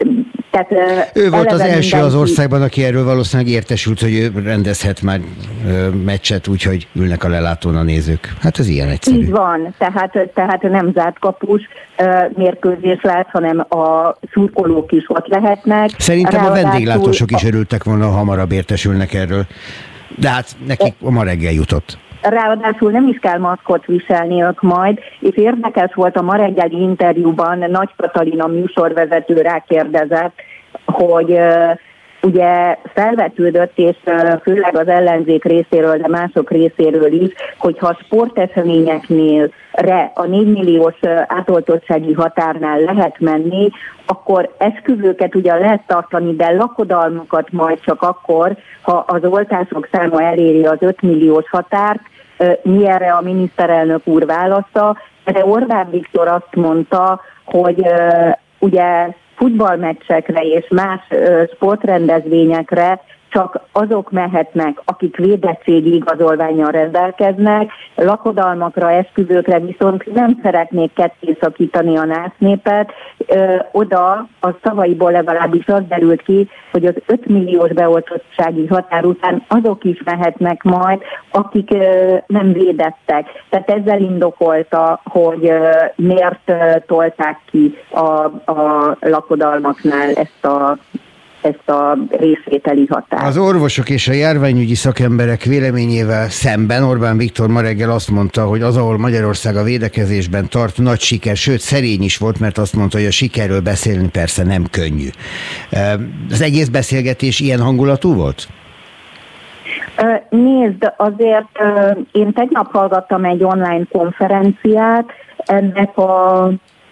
Ő volt az első az országban, aki erről valószínűleg értesült, hogy ő rendezhet már meccset, úgyhogy ülnek a lelátón a nézők. Hát ez ilyen egyszerű. Így van, tehát nem zárt kapus mérkőzés lehet, hanem a szurkolók is ott lehetnek. Szerintem a vendéglátósok is örültek volna, ha hamarabb értesülnek erről. De hát nekik ma reggel jutott. Ráadásul nem is kell maszkot viselniük majd, és érdekes volt a ma reggeli interjúban, Nagy Katalin, a műsorvezető rákérdezett, hogy ugye felvetődött, és főleg az ellenzék részéről, de mások részéről is, hogyha a sporteseményeknél a 4 milliós átoltottsági határnál lehet menni, akkor esküvőket ugyan lehet tartani, de lakodalmakat majd csak akkor, ha az oltások száma eléri az 5 milliós határt. Mi erre a miniszterelnök úr válasza? Erre Orbán Viktor azt mondta, hogy ugye futballmeccsekre és más sportrendezvényekre csak azok mehetnek, akik védettségi igazolvánnyal rendelkeznek, lakodalmakra, esküvőkre viszont nem szeretnék ketté szakítani a násznépet. Oda a szavaiból legalábbis az derült ki, hogy az 5 milliós beoltottsági határ után azok is mehetnek majd, akik nem védettek. Tehát ezzel indokolta, hogy miért tolták ki a lakodalmaknál ezt a részvételi határt. Az orvosok és a járványügyi szakemberek véleményével szemben Orbán Viktor ma reggel azt mondta, hogy az, ahol Magyarország a védekezésben tart, nagy siker, sőt szerény is volt, mert azt mondta, hogy a sikerről beszélni persze nem könnyű. Az egész beszélgetés ilyen hangulatú volt? Nézd, azért én tegnap hallgattam egy online konferenciát, ennek a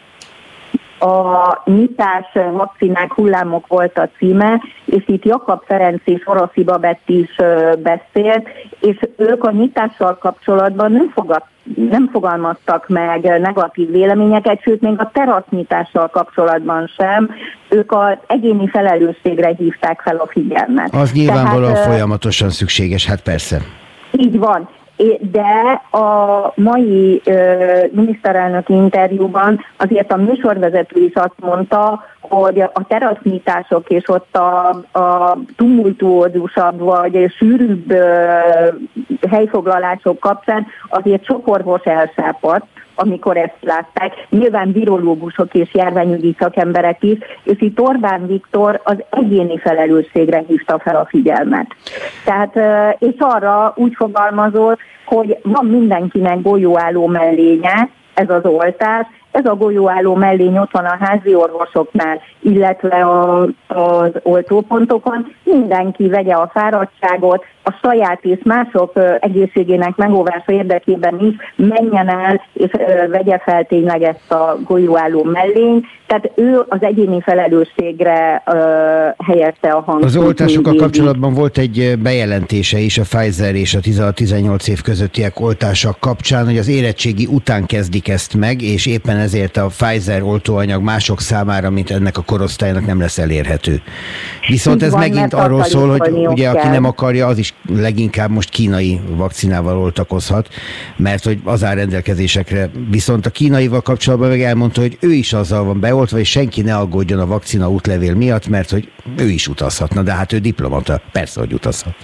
nyitás vakcinák hullámok volt a címe, és itt Jakab Ferenc és Oroszi Babett is beszélt, és ők a nyitással kapcsolatban nem fogalmaztak meg negatív véleményeket, sőt még a terasznyitással kapcsolatban sem. Ők az egyéni felelősségre hívták fel a figyelmet. Az nyilvánvalóan folyamatosan szükséges, hát persze. Így van. De a mai miniszterelnöki interjúban azért a műsorvezető is azt mondta, hogy a terasznyitások és ott a tumultuózusabb vagy sűrűbb helyfoglalások kapcsán azért sok orvos elsápadt, amikor ezt látták. Nyilván virológusok és járványügyi szakemberek is, és itt Orbán Viktor az egyéni felelősségre hívta fel a figyelmet. Tehát, és arra úgy fogalmazott, hogy van mindenkinek golyóálló mellénye, ez az oltás, ez a golyóálló mellény ott van a házi orvosoknál, illetve az oltópontokon. Mindenki vegye a fáradtságot, a saját és mások egészségének megóvása érdekében is menjen el, és vegye fel tényleg ezt a golyóálló mellényt. Tehát ő az egyéni felelősségre helyezte a hangsúlyt. Az oltásokkal kapcsolatban volt egy bejelentése is a Pfizer és a 16-18 év közöttiek oltása kapcsán, hogy az érettségi után kezdik ezt meg, és éppen ezért a Pfizer oltóanyag mások számára, mint ennek a korosztálynak nem lesz elérhető. Viszont ez megint arról szól, hogy ugye aki nem akarja, az is leginkább most kínai vakcinával oltakozhat, mert hogy az áll rendelkezésekre. Viszont a kínaival kapcsolatban meg elmondta, hogy ő is azzal van beoltva, és senki ne aggódjon a vakcina útlevél miatt, mert hogy ő is utazhatna, de hát ő diplomata, persze, hogy utazhat.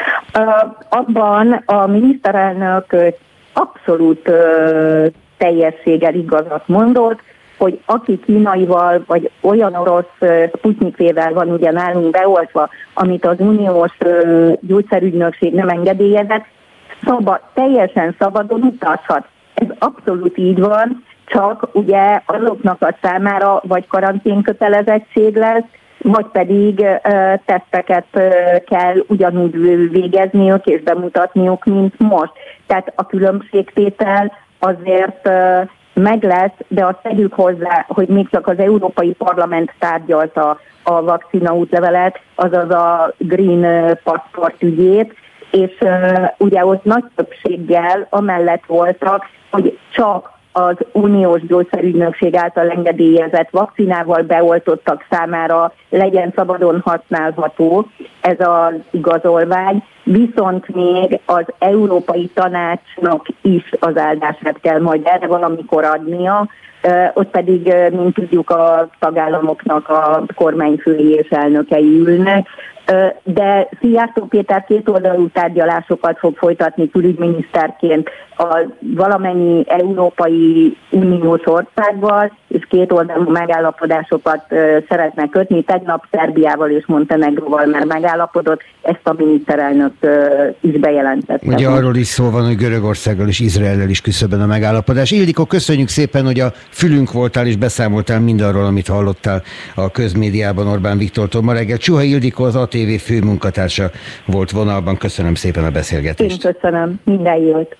Abban a miniszterelnök abszolút teljességgel igazat mondott, hogy aki kínaival, vagy olyan orosz Sputnikvével van ugye nálunk beoltva, amit az uniós gyógyszerügynökség nem engedélyezett, teljesen szabadon utazhat. Ez abszolút így van, csak ugye azoknak a számára vagy karanténkötelezettség lesz, vagy pedig teszteket kell ugyanúgy végezniük és bemutatniuk, mint most. Tehát a különbségtétel azért meg lesz, de azt tegyük hozzá, hogy még csak az Európai Parlament tárgyalta a vakcina útlevelet, azaz a Green Passport ügyét, és ugye ott nagy többséggel amellett voltak, hogy csak az uniós gyógyszerügynökség által engedélyezett vakcinával beoltottak számára legyen szabadon használható ez az igazolvány, viszont még az Európai Tanácsnak is az áldását kell majd erre valamikor adnia, ott pedig, mint tudjuk, a tagállamoknak a kormányfői és elnökei ülnek, de Szijjártó Péter kétoldalú tárgyalásokat fog folytatni külügyminiszterként a valamennyi Európai Uniós országgal, és kétoldalú megállapodásokat szeretne kötni. Tegnap Szerbiával és Montenegróval már megállapodott, ezt a miniszterelnök is bejelentette. Ugye arról is szó van, hogy Görögországgal és Izraellel is küszöbben a megállapodás. Ildikó, köszönjük szépen, hogy a fülünk voltál és beszámoltál mindarról, amit hallottál a közmédiában Orbán Viktortól ma reggel. Csuha Ildikó, az ATV főmunkatársa volt vonalban. Köszönöm szépen a beszélgetést. Én köszönöm. Minden jót.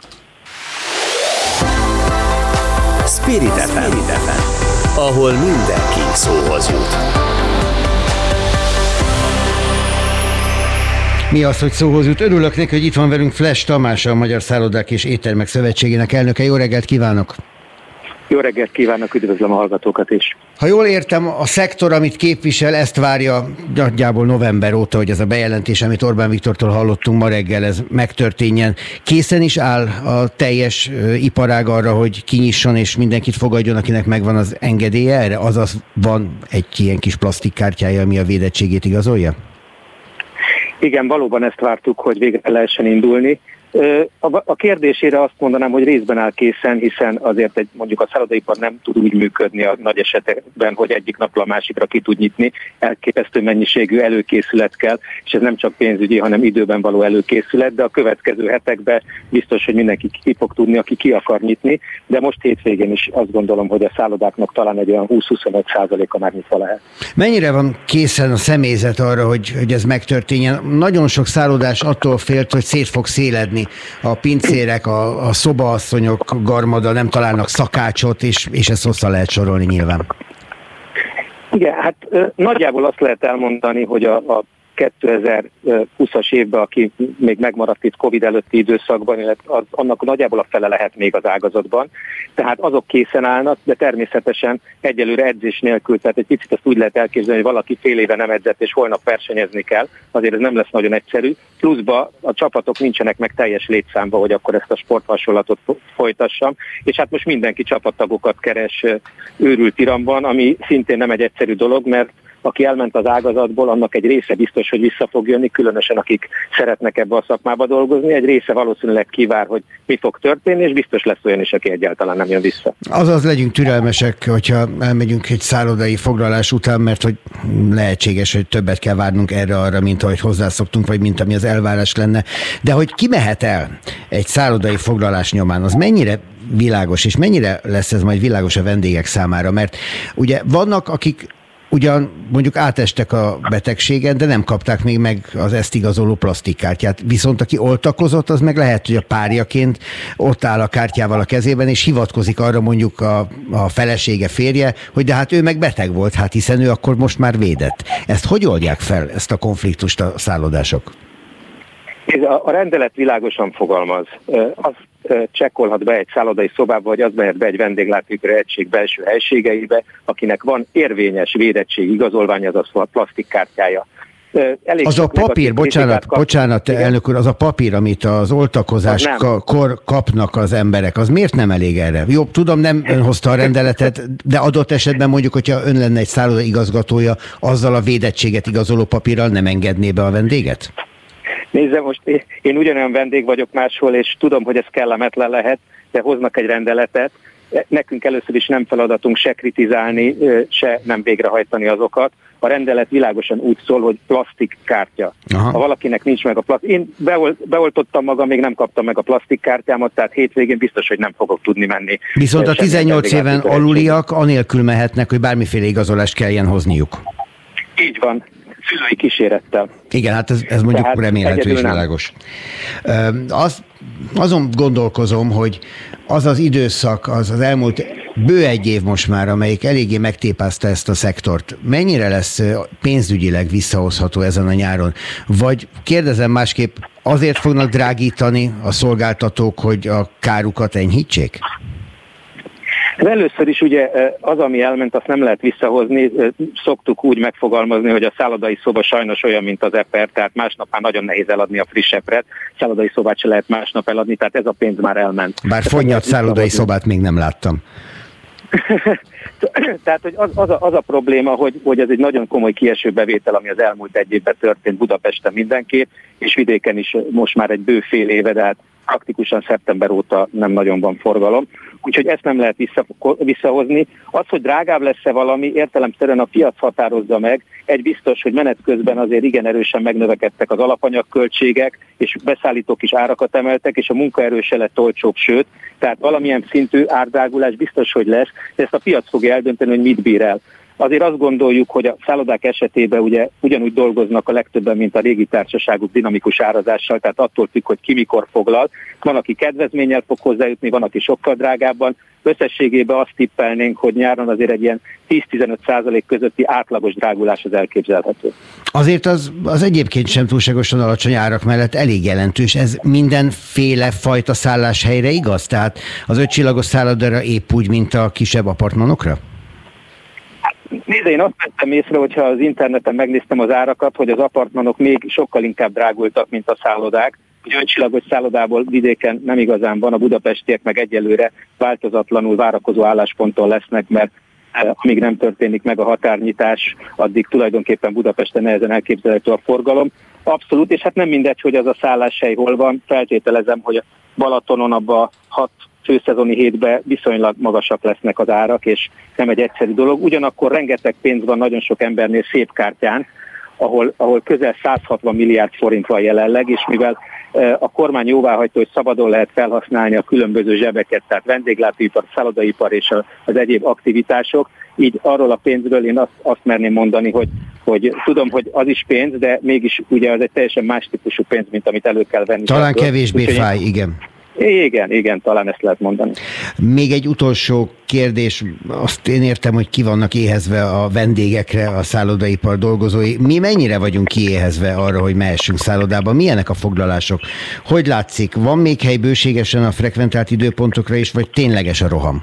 Spirit FM, ahol mindenki szóhoz jut. Mi az, hogy szóhoz jut? Örülök neki, hogy itt van velünk Flesch Tamás, a Magyar Szállodák és Éttermek Szövetségének elnöke. Jó reggelt kívánok! Jó reggelt kívánok, üdvözlöm a hallgatókat is. Ha jól értem, a szektor, amit képvisel, ezt várja nagyjából november óta, hogy ez a bejelentés, amit Orbán Viktortól hallottunk ma reggel, ez megtörténjen. Készen is áll a teljes iparág arra, hogy kinyisson és mindenkit fogadjon, akinek megvan az engedélye erre? Azaz van egy ilyen kis plastikkártyája, ami a védettségét igazolja? Igen, valóban ezt vártuk, hogy végre lehessen indulni. A kérdésére azt mondanám, hogy részben áll készen, hiszen azért mondjuk a szállodaipar nem tud úgy működni a nagy esetekben, hogy egyik napról a másikra ki tud nyitni. Elképesztő mennyiségű előkészület kell, és ez nem csak pénzügyi, hanem időben való előkészület, de a következő hetekben biztos, hogy mindenki ki fog tudni, aki ki akar nyitni, de most hétvégén is azt gondolom, hogy a szállodáknak talán egy olyan 20-25%-a már nyitva lehet. Mennyire van készen a személyzet arra, hogy ez megtörténjen? Nagyon sok szállodás attól félt, hogy szét fog széledni a pincérek, a szobaasszonyok garmada, nem találnak szakácsot, és ezt hosszá lehet sorolni nyilván. Igen, hát nagyjából azt lehet elmondani, hogy a 2020-as évben, aki még megmaradt itt Covid előtti időszakban, illetve annak nagyjából a fele lehet még az ágazatban. Tehát azok készen állnak, de természetesen egyelőre edzés nélkül, tehát egy picit ezt úgy lehet elképzelni, hogy valaki fél éve nem edzett, és holnap versenyezni kell, azért ez nem lesz nagyon egyszerű. Pluszba a csapatok nincsenek meg teljes létszámba, hogy akkor ezt a sporthasonlatot folytassam, és hát most mindenki csapattagokat keres őrült iramban, ami szintén nem egy egyszerű dolog, mert aki elment az ágazatból, annak egy része biztos, hogy vissza fog jönni, különösen akik szeretnek ebbe a szakmába dolgozni, egy része valószínűleg kivár, hogy mi fog történni, és biztos lesz olyan is, aki egyáltalán nem jön vissza. Azaz legyünk türelmesek, hogyha elmegyünk egy szállodai foglalás után, mert hogy lehetséges, hogy többet kell várnunk erre-arra, mint ahogy hozzászoktunk, vagy mint ami az elvárás lenne. De hogy ki mehet el egy szállodai foglalás nyomán, az mennyire világos, és mennyire lesz ez majd világos a vendégek számára? Mert ugye vannak, akik ugyan mondjuk átestek a betegségen, de nem kapták még meg az ezt igazoló plastikkártyát. Viszont aki oltakozott, az meg lehet, hogy a párjaként ott áll a kártyával a kezében, és hivatkozik arra mondjuk a felesége, férje, hogy de hát ő meg beteg volt, hát hiszen ő akkor most már védett. Ezt hogy oldják fel, ezt a konfliktust a szállodások? A rendelet világosan fogalmaz. Az csekkolhat be egy szállodai szobába, vagy az mehet be egy vendéglátóipari egység belső helységeibe, akinek van érvényes védettség igazolványa, azaz a plastikkártyája. Az a papír, bocsánat, elnök úr, az a papír, amit az oltakozáskor kapnak az emberek, az miért nem elég erre? Jó, tudom, nem ön hozta a rendeletet, de adott esetben mondjuk, hogyha ön lenne egy szálloda igazgatója, azzal a védettséget igazoló papírral nem engedné be a vendéget? Nézze, most én ugyanolyan vendég vagyok máshol, és tudom, hogy ez kellemetlen lehet, de hoznak egy rendeletet. Nekünk először is nem feladatunk se kritizálni, se nem végrehajtani azokat. A rendelet világosan úgy szól, hogy plastikkártya. Ha valakinek nincs meg a plastik... Én beoltottam magam, még nem kaptam meg a plastikkártyámat, tehát hétvégén biztos, hogy nem fogok tudni menni. Viszont a 18 éven aluliak anélkül mehetnek, hogy bármiféle igazolást kelljen hozniuk. Így van. Szülői kísérettel. Igen, hát ez mondjuk tehát remélhető és világos. Azon gondolkozom, hogy az az időszak, az elmúlt bő egy év most már, amelyik eléggé megtépázta ezt a szektort, mennyire lesz pénzügyileg visszahozható ezen a nyáron? Vagy kérdezem másképp, azért fognak drágítani a szolgáltatók, hogy a kárukat enyhítsék? De először is ugye az, ami elment, azt nem lehet visszahozni. Szoktuk úgy megfogalmazni, hogy a szállodai szoba sajnos olyan, mint az eper, tehát másnap már nagyon nehéz eladni a friss epret, szállodai szobát se lehet másnap eladni, tehát ez a pénz már elment. Bár fonnyat szállodai szobát még nem láttam. Tehát hogy az a probléma, hogy ez egy nagyon komoly kieső bevétel, ami az elmúlt egy évben történt Budapesten mindenképp, és vidéken is most már egy bő fél éve, de hát praktikusan szeptember óta nem nagyon van forgalom. Úgyhogy ezt nem lehet visszahozni. Az, hogy drágább lesz-e valami, értelemszerűen a piac határozza meg. Egy biztos, hogy menet közben azért igen erősen megnövekedtek az alapanyagköltségek, és beszállítók is árakat emeltek, és a munkaerő se lett olcsóbb, sőt, tehát valamilyen szintű árdrágulás biztos, hogy lesz, de ezt a piac fogja eldönteni, hogy mit bír el. Azért azt gondoljuk, hogy a szállodák esetében ugye ugyanúgy dolgoznak a legtöbben, mint a régi társaságok dinamikus árazással, tehát attól függ, hogy ki mikor foglal. Van, aki kedvezménnyel fog hozzájutni, van, aki sokkal drágábban. Összességében azt tippelnénk, hogy nyáron azért egy ilyen 10-15% közötti átlagos drágulás az elképzelhető. Azért az egyébként sem túlságosan alacsony árak mellett elég jelentős. Ez mindenféle fajta szálláshelyre igaz? Tehát az 5 csillagos szállodára épp úgy, mint a kisebb apartmanokra? Nézd, én azt vettem észre, hogyha az interneten megnéztem az árakat, hogy az apartmanok még sokkal inkább drágultak, mint a szállodák. Ugye 5 csillagos szállodából vidéken nem igazán van, a budapestiek meg egyelőre változatlanul várakozó állásponton lesznek, mert amíg nem történik meg a határnyitás, addig tulajdonképpen Budapesten nehezen elképzelhető a forgalom. Abszolút, és hát nem mindegy, hogy az a szálláshely hol van. Feltételezem, hogy a Balatonon abban 6 főszezoni hétben viszonylag magasak lesznek az árak, és nem egy egyszerű dolog. Ugyanakkor rengeteg pénz van nagyon sok embernél szép kártyán, ahol közel 160 milliárd forint van jelenleg, és mivel a kormány jóváhagyta, hogy szabadon lehet felhasználni a különböző zsebeket, tehát vendéglátóipar, szállodaipar és az egyéb aktivitások, így arról a pénzről én azt merném mondani, hogy tudom, hogy az is pénz, de mégis ugye az egy teljesen más típusú pénz, mint amit elő kell venni. Talán kevésbé fáj, igen. Igen, talán ezt lehet mondani. Még egy utolsó kérdés, azt én értem, hogy ki vannak éhezve a vendégekre, a szállodaipar dolgozói. Mi mennyire vagyunk kiéhezve arra, hogy mehessünk szállodába? Milyenek a foglalások? Hogy látszik? Van még hely bőségesen a frekventált időpontokra is, vagy tényleges a roham?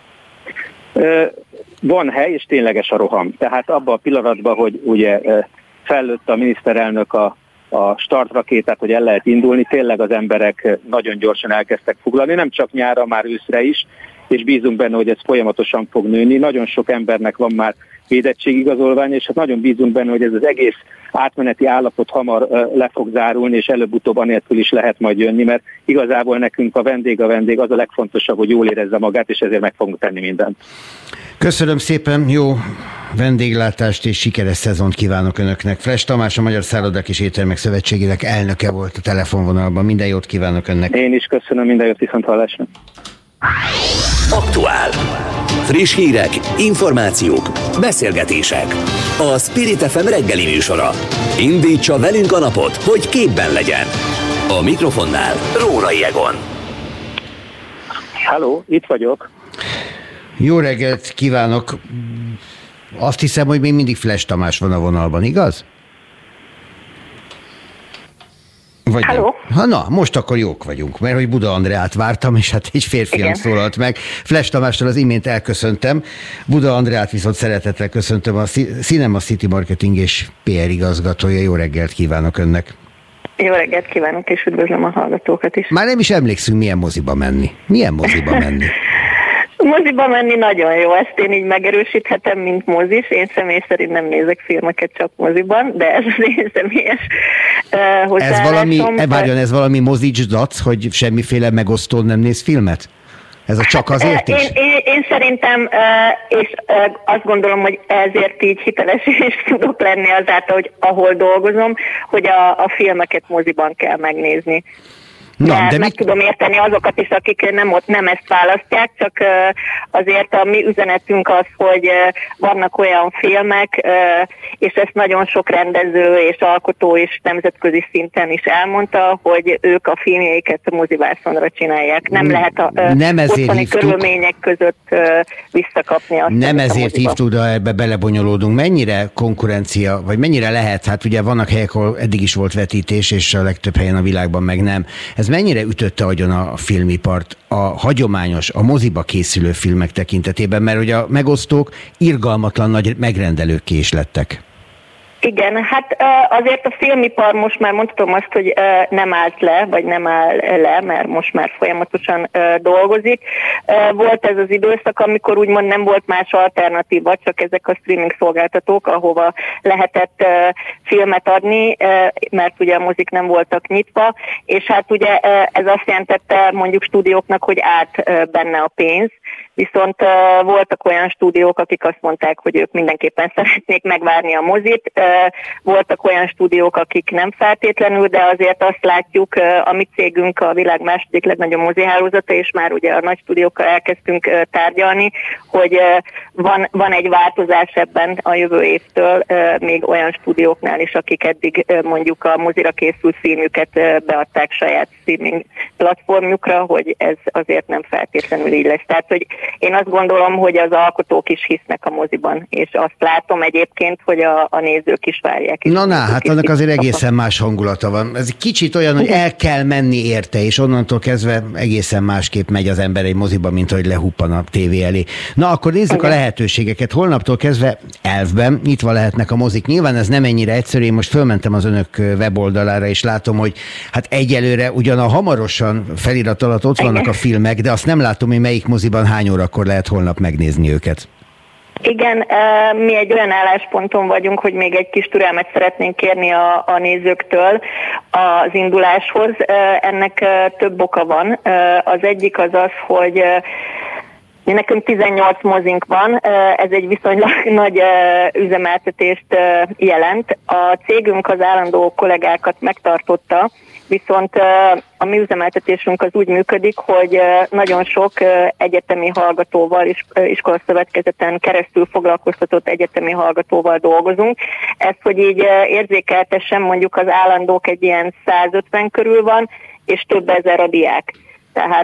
Van hely, és tényleges a roham. Tehát abban a pillanatban, hogy ugye fellőtt a miniszterelnök a startrakétát, hogy el lehet indulni, tényleg az emberek nagyon gyorsan elkezdtek foglalni, nem csak nyárra, már őszre is, és bízunk benne, hogy ez folyamatosan fog nőni. Nagyon sok embernek van már védettségigazolvány, és hát nagyon bízunk benne, hogy ez az egész átmeneti állapot hamar le fog zárulni, és előbb-utóbb anélkül is lehet majd jönni, mert igazából nekünk a vendég az a legfontosabb, hogy jól érezze magát, és ezért meg fogunk tenni mindent. Köszönöm szépen, jó vendéglátást és sikeres szezont kívánok Önöknek. Fresh Tamás, a Magyar Szállodák és Éttermek Szövetségének elnöke volt a telefonvonalban. Minden jót kívánok Önnek. Én is köszönöm, minden jót, viszonthallásra. Aktuál. Friss hírek, információk, beszélgetések. A Spirit FM reggeli műsora. Indítsa velünk a napot, hogy képben legyen. A mikrofonnál Rórai Egon. Halló, itt vagyok. Jó reggelt kívánok! Azt hiszem, hogy még mindig Flash Tamás van a vonalban, igaz? Vagy Halló? Na, most akkor jók vagyunk, mert hogy Buda Andreát vártam, és hát egy férfiam szólalt meg. Flash Tamástól az imént elköszöntem, Buda Andreát viszont szeretettel köszöntöm, a Cinema City Marketing és PR igazgatója. Jó reggelt kívánok Önnek! Jó reggelt kívánok, és üdvözlöm a hallgatókat is. Már nem is emlékszünk, milyen moziba menni. Milyen moziba menni? Moziba menni nagyon jó, ezt én így megerősíthetem, mint mozis. Én személy szerint nem nézek filmeket csak moziban, de ez az én személyes hozzáállásom. Ez valami mozicsdac, hogy semmiféle megosztón nem néz filmet? Ez a csak azért is? Én szerintem, és azt gondolom, hogy ezért így hiteles is tudok lenni azáltal, hogy ahol dolgozom, hogy a filmeket moziban kell megnézni. De meg tudom érteni azokat is, akik nem ezt választják, csak azért a mi üzenetünk az, hogy vannak olyan filmek, és ezt nagyon sok rendező és alkotó is nemzetközi szinten is elmondta, hogy ők a filmjeiket a mozivászonra csinálják. Nem lehet a otthoni körülmények között visszakapni azt. Nem ezért hívtuk, de ebbe belebonyolódunk. Mennyire konkurencia, vagy mennyire lehet? Hát ugye vannak helyek, ahol eddig is volt vetítés, és a legtöbb helyen a világban meg nem. Ez mennyire ütötte agyon a filmipart a hagyományos, a moziba készülő filmek tekintetében, mert ugye a megosztók irgalmatlan nagy megrendelőkké is lettek. Igen, hát azért a filmipar most már mondhatom azt, hogy nem állt le, vagy nem áll le, mert most már folyamatosan dolgozik. Volt ez az időszak, amikor úgymond nem volt más alternatíva, csak ezek a streaming szolgáltatók, ahova lehetett filmet adni, mert ugye a mozik nem voltak nyitva, és hát ugye ez azt jelentette mondjuk stúdióknak, hogy állt benne a pénz, viszont voltak olyan stúdiók, akik azt mondták, hogy ők mindenképpen szeretnék megvárni a mozit, voltak olyan stúdiók, akik nem feltétlenül, de azért azt látjuk, a mi cégünk a világ második legnagyobb mozihálózata, és már ugye a nagy stúdiókkal elkezdtünk tárgyalni, hogy van egy változás ebben a jövő évtől, még olyan stúdióknál is, akik eddig mondjuk a mozira készült filmjüket beadták saját streaming platformjukra, hogy ez azért nem feltétlenül így lesz. Tehát, hogy én azt gondolom, hogy az alkotók is hisznek a moziban, és azt látom egyébként, hogy a nézők is várják. Hát annak azért egészen más hangulata van. Ez kicsit olyan, hogy el kell menni érte, és onnantól kezdve egészen másképp megy az ember egy moziba, mint ahogy lehuppan a tévé elé. Na, akkor nézzük a lehetőségeket. Holnaptól kezdve elvben nyitva lehetnek a mozik. Nyilván ez nem ennyire egyszerű. Én most fölmentem az Önök weboldalára, és látom, hogy hát egyelőre ugyan a hamarosan felirat alatt ott vannak a filmek, de azt nem látom, hogy melyik moziban hány órakor lehet holnap megnézni őket. Igen, mi egy olyan állásponton vagyunk, hogy még egy kis türelmet szeretnénk kérni a nézőktől az induláshoz. Ennek több oka van. Az egyik az az, hogy nekünk 18 mozink van, ez egy viszonylag nagy üzemeltetést jelent. A cégünk az állandó kollégákat megtartotta, viszont a mi üzemeltetésünk az úgy működik, hogy nagyon sok egyetemi hallgatóval, iskolaszövetkezeten keresztül foglalkoztatott egyetemi hallgatóval dolgozunk. Ezt, hogy így érzékeltessem, mondjuk az állandók egy ilyen 150 körül van, és több ezer a diák. Tehát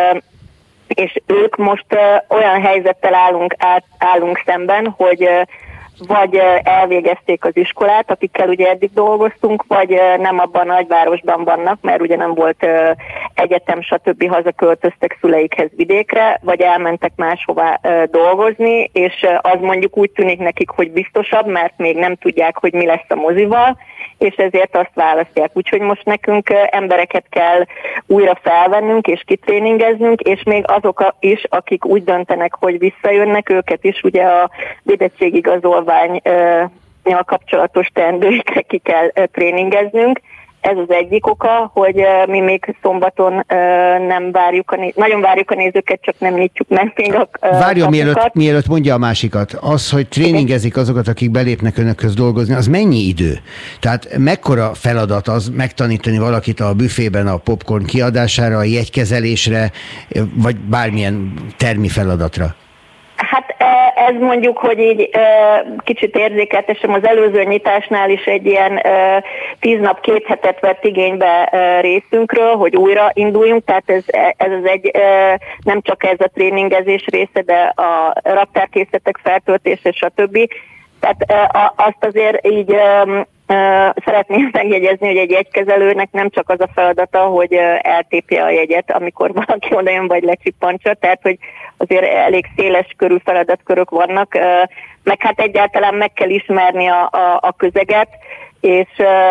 és ők most olyan helyzettel állunk szemben, hogy vagy elvégezték az iskolát, akikkel ugye eddig dolgoztunk, vagy nem abban a nagyvárosban vannak, mert ugye nem volt egyetem, stb. Hazaköltöztek szüleikhez vidékre, vagy elmentek máshová dolgozni, és az mondjuk úgy tűnik nekik, hogy biztosabb, mert még nem tudják, hogy mi lesz a mozival, és ezért azt választják. Úgyhogy most nekünk embereket kell újra felvennünk és kitréningeznünk, és még azok is, akik úgy döntenek, hogy visszajönnek, őket is ugye a védettségigazolványjal kapcsolatos teendőikre ki kell tréningeznünk. Ez az egyik oka, hogy mi még szombaton nem várjuk, nagyon várjuk a nézőket, csak nem nyitjuk meg még a Várjon, mielőtt mondja a másikat. Az, hogy tréningezik azokat, akik belépnek önökhöz dolgozni, az mennyi idő? Tehát mekkora feladat az megtanítani valakit a büfében a popcorn kiadására, a jegykezelésre, vagy bármilyen termi feladatra? Hát ez mondjuk, hogy így kicsit érzékeltesem, az előző nyitásnál is egy ilyen 10 nap, 2 hetet vett igénybe részünkről, hogy újra induljunk, tehát ez az egy, nem csak ez a tréningezés része, de a raktárkészletek feltöltése, stb. Tehát azt azért így szeretném megjegyezni, hogy egy jegykezelőnek nem csak az a feladata, hogy eltépje a jegyet, amikor valaki odajön, vagy lecsippantsa, tehát hogy azért elég széles körű feladatkörök vannak, meg hát egyáltalán meg kell ismerni a közeget, és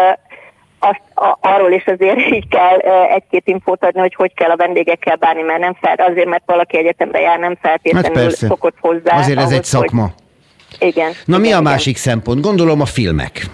arról is azért így kell egy-két infót adni, hogy kell a vendégekkel bánni, mert nem azért, mert valaki egyetemre jár, nem feltétlenül szokott hozzá. Azért ez egy szakma. Igen. Na mi a másik szempont? Gondolom a filmek.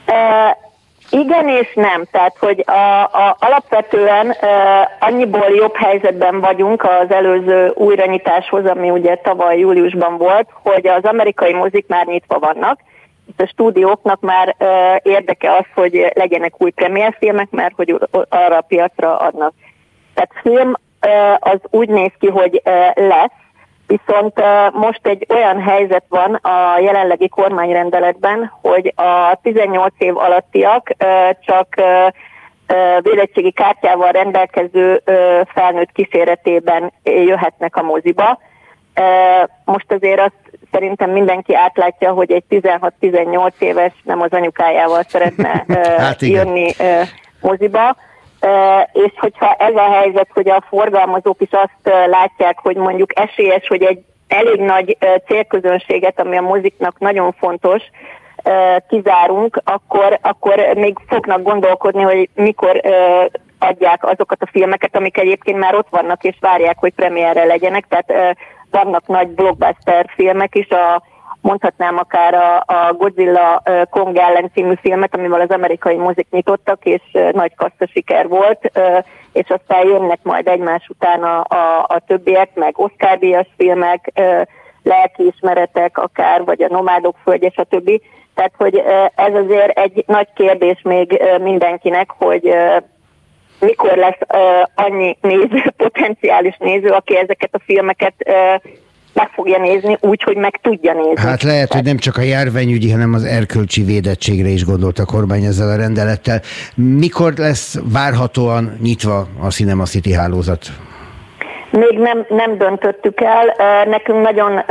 Igen és nem. Tehát, hogy alapvetően annyiból jobb helyzetben vagyunk az előző újranyitáshoz, ami ugye tavaly júliusban volt, hogy az amerikai mozik már nyitva vannak, és a stúdióknak már érdeke az, hogy legyenek új premierfilmek, mert hogy arra a piacra adnak. Tehát film az úgy néz ki, hogy lesz, viszont most egy olyan helyzet van a jelenlegi kormányrendeletben, hogy a 18 év alattiak csak védettségi kártyával rendelkező felnőtt kíséretében jöhetnek a moziba. Most azért azt szerintem mindenki átlátja, hogy egy 16-18 éves nem az anyukájával szeretne jönni moziba. És hogyha ez a helyzet, hogy a forgalmazók is azt látják, hogy mondjuk esélyes, hogy egy elég nagy célközönséget, ami a moziknak nagyon fontos, kizárunk, akkor még fognak gondolkodni, hogy mikor adják azokat a filmeket, amik egyébként már ott vannak, és várják, hogy premierre legyenek. Tehát vannak nagy blockbuster filmek is, mondhatnám akár a Godzilla Kong ellen című filmet, amivel az amerikai mozik nyitottak, és nagy kassza siker volt, és aztán jönnek majd egymás után a többiek, meg Oscar-díjas filmek, lelkiismeretek akár, vagy a Nomádok földje, stb. Tehát, hogy ez azért egy nagy kérdés még mindenkinek, hogy mikor lesz annyi néző, potenciális néző, aki ezeket a filmeket meg fogja nézni úgy, hogy meg tudja nézni. Hát lehet, hogy nem csak a járványügyi, hanem az erkölcsi védettségre is gondolt a kormány ezzel a rendelettel. Mikor lesz várhatóan nyitva a Cinema City hálózat? Még nem döntöttük el. Nekünk nagyon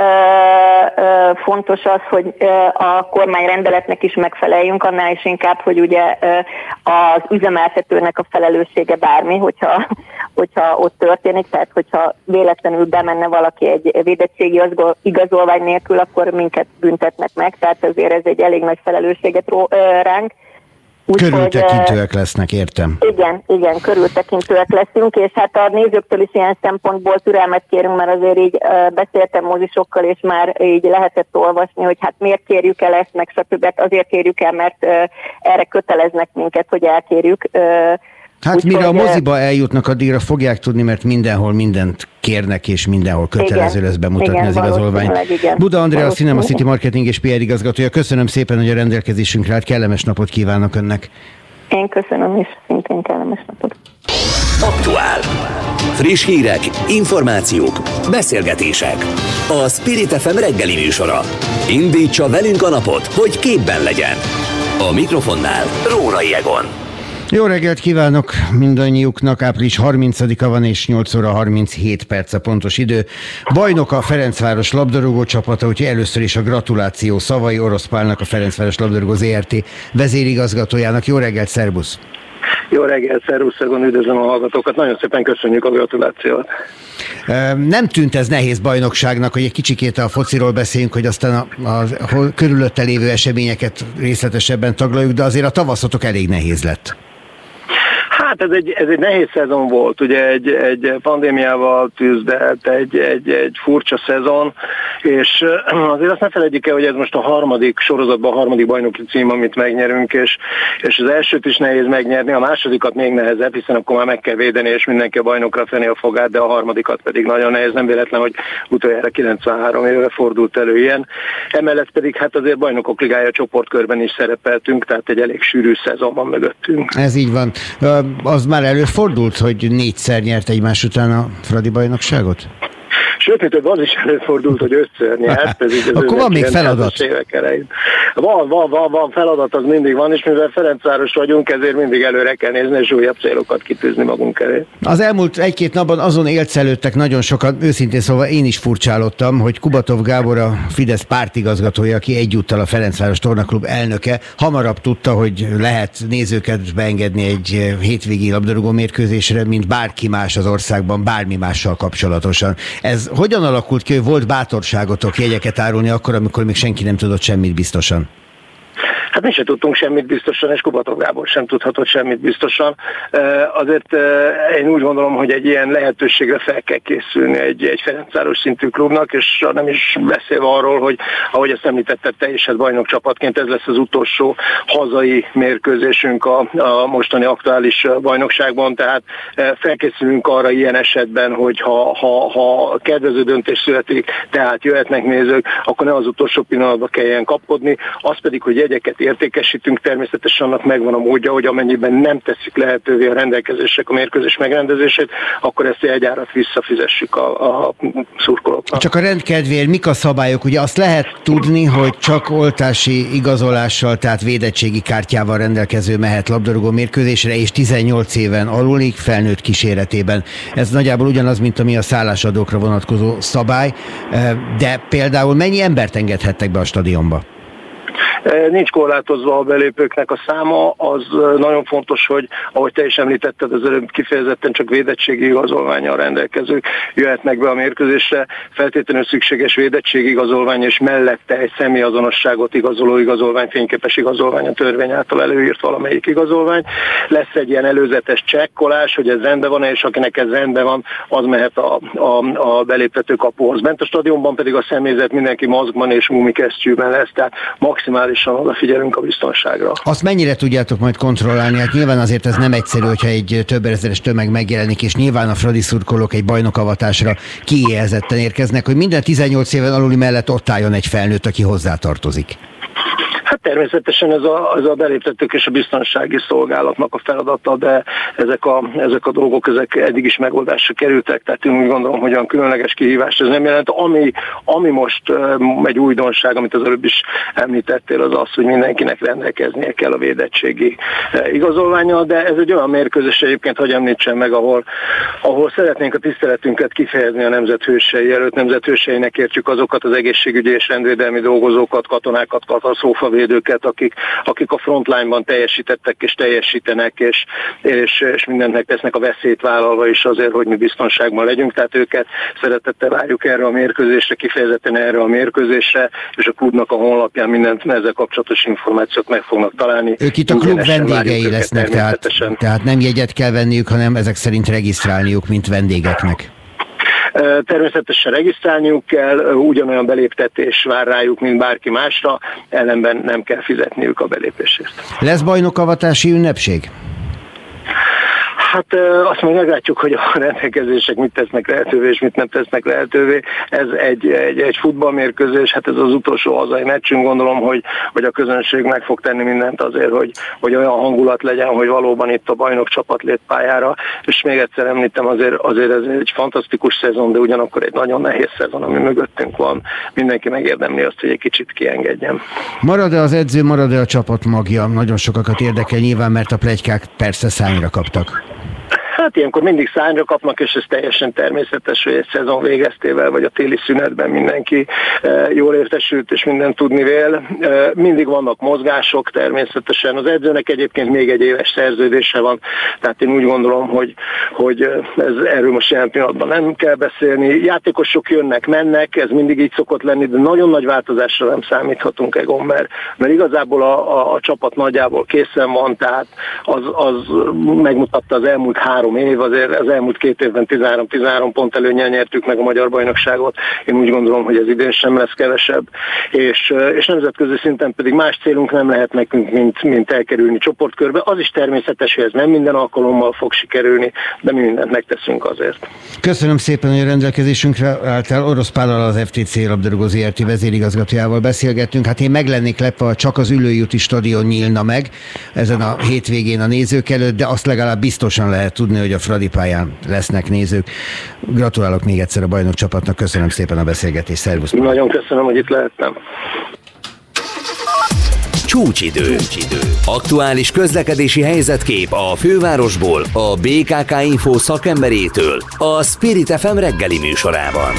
fontos az, hogy a kormányrendeletnek is megfeleljünk, annál is inkább, hogy ugye az üzemeltetőnek a felelőssége bármi, hogyha ott történik, tehát hogyha véletlenül bemenne valaki egy védettségi igazolvány nélkül, akkor minket büntetnek meg, tehát azért ez egy elég nagy felelősséget ránk. Körültekintőek lesznek, értem. Igen, körültekintőek leszünk, és hát a nézőktől is ilyen szempontból türelmet kérünk, mert azért így beszéltem mozisokkal, és már így lehetett olvasni, hogy hát miért kérjük el ezt, meg stb. Azért kérjük el, mert erre köteleznek minket, hogy elkérjük. Hát mire a moziba eljutnak, addigra fogják tudni, mert mindenhol mindent kérnek, és mindenhol kötelező lesz bemutatni az igazolványt. Buda Andrea, a Cinema City marketing és PR igazgatója. Köszönöm szépen, hogy a rendelkezésünkre állt. Kellemes napot kívánok önnek. Én köszönöm is, szintén kellemes napot. Aktuál. Friss hírek, információk, beszélgetések. A Spirit FM reggeli műsora. Indítsa velünk a napot, hogy képben legyen. A mikrofonnál Rórai Egon. Jó reggelt kívánok mindannyiuknak, április 30-a van és 8 óra 37 perc a pontos idő. Bajnok a Ferencváros labdarúgó csapata, úgyhogy először is a gratuláció szavai Orosz Pálnak, a Ferencváros labdarúgó ZRT vezérigazgatójának. Jó reggelt, szervusz! Jó reggelt, szervusz, üdvözlöm a hallgatókat, nagyon szépen köszönjük a gratulációt. Nem tűnt ez nehéz bajnokságnak, hogy egy kicsikét a fociról beszéljünk, hogy aztán a körülötte lévő eseményeket részletesebben taglaljuk, de azért a tavaszotok elég nehéz lett. Hát ez egy nehéz szezon volt, ugye egy pandémiával tűzdelt, egy furcsa szezon, és azért azt ne felejtjük el, hogy ez most a harmadik sorozatban, a harmadik bajnoki cím, amit megnyerünk, és az elsőt is nehéz megnyerni, a másodikat még nehezebb, hiszen akkor már meg kell védeni, és mindenki a bajnokra fenni a fogát, de a harmadikat pedig nagyon nehéz, nem véletlen, hogy utoljára 93 éve fordult elő ilyen. Emellett pedig hát azért Bajnokok Ligája csoportkörben is szerepeltünk, tehát egy elég sűrű szezon van mögöttünk. Ez így van. Az már előfordult, hogy 4-szer nyert egymás után a Fradi bajnokságot? Sőt, mint az is előfordult, hogy 5-ször nyert. Akkor van még feladat. Van feladat, az mindig van, és mivel Ferencváros vagyunk, ezért mindig előre kell nézni, és újabb célokat kitűzni magunk elé. Az elmúlt egy-két napban azon élcelődtek nagyon sokan, őszintén szóval én is furcsálottam, hogy Kubatov Gábor, a Fidesz pártigazgatója, aki egyúttal a Ferencváros Tornaklub elnöke, hamarabb tudta, hogy lehet nézőket beengedni egy hétvégi labdarúgó mérkőzésre, mint bárki más az országban, bármi mással kapcsolatosan. Ez hogyan alakult ki, hogy volt bátorságotok jegyeket árulni akkor, amikor még senki nem tudott semmit biztosan? Hát mi sem tudtunk semmit biztosan, és Kubatov Gábor sem tudhatott semmit biztosan. Azért én úgy gondolom, hogy egy ilyen lehetőségre fel kell készülni egy Ferencváros szintű klubnak, és nem is beszélve arról, hogy ahogy ezt említetted te is, hát bajnokcsapatként ez lesz az utolsó hazai mérkőzésünk a mostani aktuális bajnokságban, tehát felkészülünk arra ilyen esetben, hogy ha kedvező döntés születik, tehát jöhetnek nézők, akkor ne az utolsó pillanatban kelljen kapkodni, az pedig, hogy jegyeket értékesítünk, természetesen annak megvan a módja, hogy amennyiben nem teszik lehetővé a rendelkezések a mérkőzés megrendezését, akkor ezt a jegyárat visszafizessük a szurkolóknak. Csak a rendkedvéért mik a szabályok? Ugye azt lehet tudni, hogy csak oltási igazolással, tehát védettségi kártyával rendelkező mehet labdarúgó mérkőzésre, és 18 éven alulig felnőtt kíséretében. Ez nagyjából ugyanaz, mint ami a szállásadókra vonatkozó szabály, de például mennyi embert engedhettek be a stadionba? Nincs korlátozva a belépőknek a száma, az nagyon fontos, hogy ahogy te is említetted, az előbb kifejezetten csak védettségi igazolvánnyal rendelkezők jöhetnek be a mérkőzésre, feltétlenül szükséges védettségi igazolvány, és mellette egy személyazonosságot igazoló igazolvány, fényképes igazolvány, a törvény által előírt valamelyik igazolvány. Lesz egy ilyen előzetes csekkolás, hogy ez rendben van, és akinek ez rendben van, az mehet a beléptető kapuhoz. Bent a stadionban pedig a személyzet mindenki maszkban és gumikesztyűben lesz, tehát maximálisan odafigyelünk a biztonságra. Azt mennyire tudjátok majd kontrollálni? Hát nyilván azért ez nem egyszerű, hogyha egy több ezeres tömeg megjelenik, és nyilván a fradi szurkolók egy bajnokavatásra kiéhezetten érkeznek, hogy minden 18 éven aluli mellett ott álljon egy felnőtt, aki hozzátartozik. Hát természetesen ez a beléptetők és a biztonsági szolgálatnak a feladata, de ezek a dolgok eddig is megoldásra kerültek, tehát én úgy gondolom, hogy olyan különleges kihívás ez nem jelent. Ami most egy újdonság, amit az előbb is említettél, az az, hogy mindenkinek rendelkeznie kell a védettségi igazolvánnyal, de ez egy olyan mérkőzés egyébként, hogy említsem meg, ahol szeretnénk a tiszteletünket kifejezni a nemzet hősei előtt. Nemzet hőseinek értjük azokat az egészségügyi és rendvédelmi dolgozókat, katonákat, katasztrófavédőket, akik a frontline-ban teljesítettek és teljesítenek, és mindennek tesznek a veszélyt vállalva is azért, hogy mi biztonságban legyünk. Tehát őket szeretettel várjuk erre a mérkőzésre, kifejezetten erre a mérkőzésre, és a klubnak a honlapján mindent ezzel kapcsolatos információt meg fognak találni. Ők itt a klub vendégei lesznek, tehát nem jegyet kell venniük, hanem ezek szerint regisztrálniuk, mint vendégeknek. Természetesen regisztrálniuk kell, ugyanolyan beléptetés vár rájuk, mint bárki másra, ellenben nem kell fizetniük a belépésért. Lesz bajnokavatási ünnepség? Hát azt még meglátjuk, hogy a rendelkezések mit tesznek lehetővé, és mit nem tesznek lehetővé. Ez egy futballmérkőzés, hát ez az utolsó hazai meccsünk, gondolom, hogy a közönség meg fog tenni mindent azért, hogy olyan hangulat legyen, hogy valóban itt a bajnok csapat lép pályára, és még egyszer említem, azért ez egy fantasztikus szezon, de ugyanakkor egy nagyon nehéz szezon, ami mögöttünk van. Mindenki megérdemli azt, hogy egy kicsit kiengedjem. Marad-e az edző, marad-e a csapat magja? Nagyon sokakat érdekel nyilván, mert a pletykák persze szányra kaptak. Hát ilyenkor mindig szányra kapnak, és ez teljesen természetes, hogy egy szezon végeztével, vagy a téli szünetben mindenki jól értesült, és mindent tudni vél. Mindig vannak mozgások természetesen. Az edzőnek egyébként még egy éves szerződése van, tehát én úgy gondolom, hogy erről most jelen pillanatban nem kell beszélni. Játékosok jönnek, mennek, ez mindig így szokott lenni, de nagyon nagy változásra nem számíthatunk, Egon, mert igazából a csapat nagyjából készen van, tehát az megmutatta az elmúlt 3 év, azért az elmúlt 2 évben 13 pont előnnyel nyertük meg a magyar bajnokságot. Én úgy gondolom, hogy ez idén sem lesz kevesebb, és nemzetközi szinten pedig más célunk nem lehet nekünk, mint elkerülni csoportkörbe. Az is természetes, hogy ez nem minden alkalommal fog sikerülni, de mi mindent megteszünk azért. Köszönöm szépen, hogy a rendelkezésünkre álltál. Orosz Pállal, az FTC labdarúgó ZRT vezérigazgatójával beszélgettünk. Hát én meg lennék lepve, ha csak az Üllői úti stadion nyílna meg ezen a hétvégén a nézők előtt, de azt legalább biztosan lehet tudni, hogy a Fradi pályán lesznek nézők. Gratulálok még egyszer a bajnok csapatnak, köszönöm szépen a beszélgetést, szervusz! Nagyon köszönöm, hogy itt lehettem. Csúcsidő. Aktuális közlekedési helyzetkép a fővárosból, a BKK Info szakemberétől, a Spirit FM reggeli műsorában.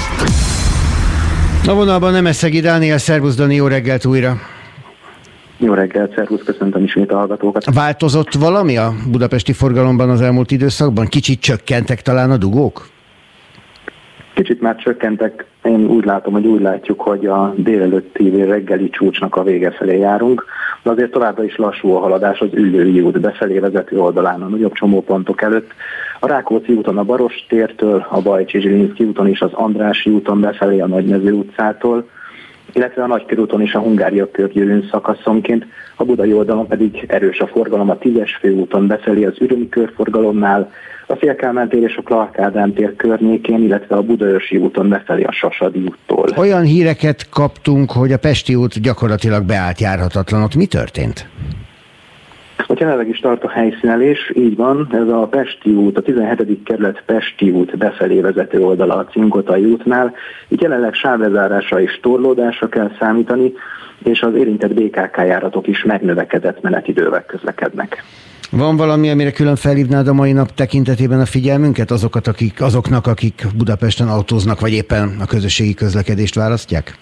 A vonalban Nemeszegi Dániel, szervusz Dani, jó reggelt újra! Jó reggelt, szervusz, köszöntöm ismét a hallgatókat. Változott valami a budapesti forgalomban az elmúlt időszakban? Kicsit csökkentek talán a dugók? Kicsit már csökkentek. Én úgy látom, hogy úgy látjuk, hogy a délelőtti reggeli csúcsnak a vége felé járunk, de azért továbbra is lassú a haladás az Üllői út befelé vezető oldalán a nagyobb csomópontok előtt. A Rákóczi úton a Baross tértől, a Bajcsy-Zsilinszky úton és az Andrássy úton befelé a Nagymező utcától, illetve a Nagykörúton és a Hungária körgyűrűn szakaszonként, a budai oldalon pedig erős a forgalom a Tízes főúton befelé az Ürömi körforgalomnál, a Széll-Kálmán tér és a Clark Ádám tér környékén, illetve a Budaörsi úton befelé a Sasadi úttól. Olyan híreket kaptunk, hogy a Pesti út gyakorlatilag beállt, járhatatlan. Ott mi történt? Hogy jelenleg is tart a helyszínelés, így van, ez a Pesti út, a 17. kerület Pesti út befelé vezető oldala a Cinkotai útnál. Itt jelenleg sávlezárásra és torlódásra kell számítani, és az érintett BKK járatok is megnövekedett menetidővel közlekednek. Van valami, amire külön felhívnád a mai nap tekintetében a figyelmünket azoknak, akik Budapesten autóznak, vagy éppen a közösségi közlekedést választják?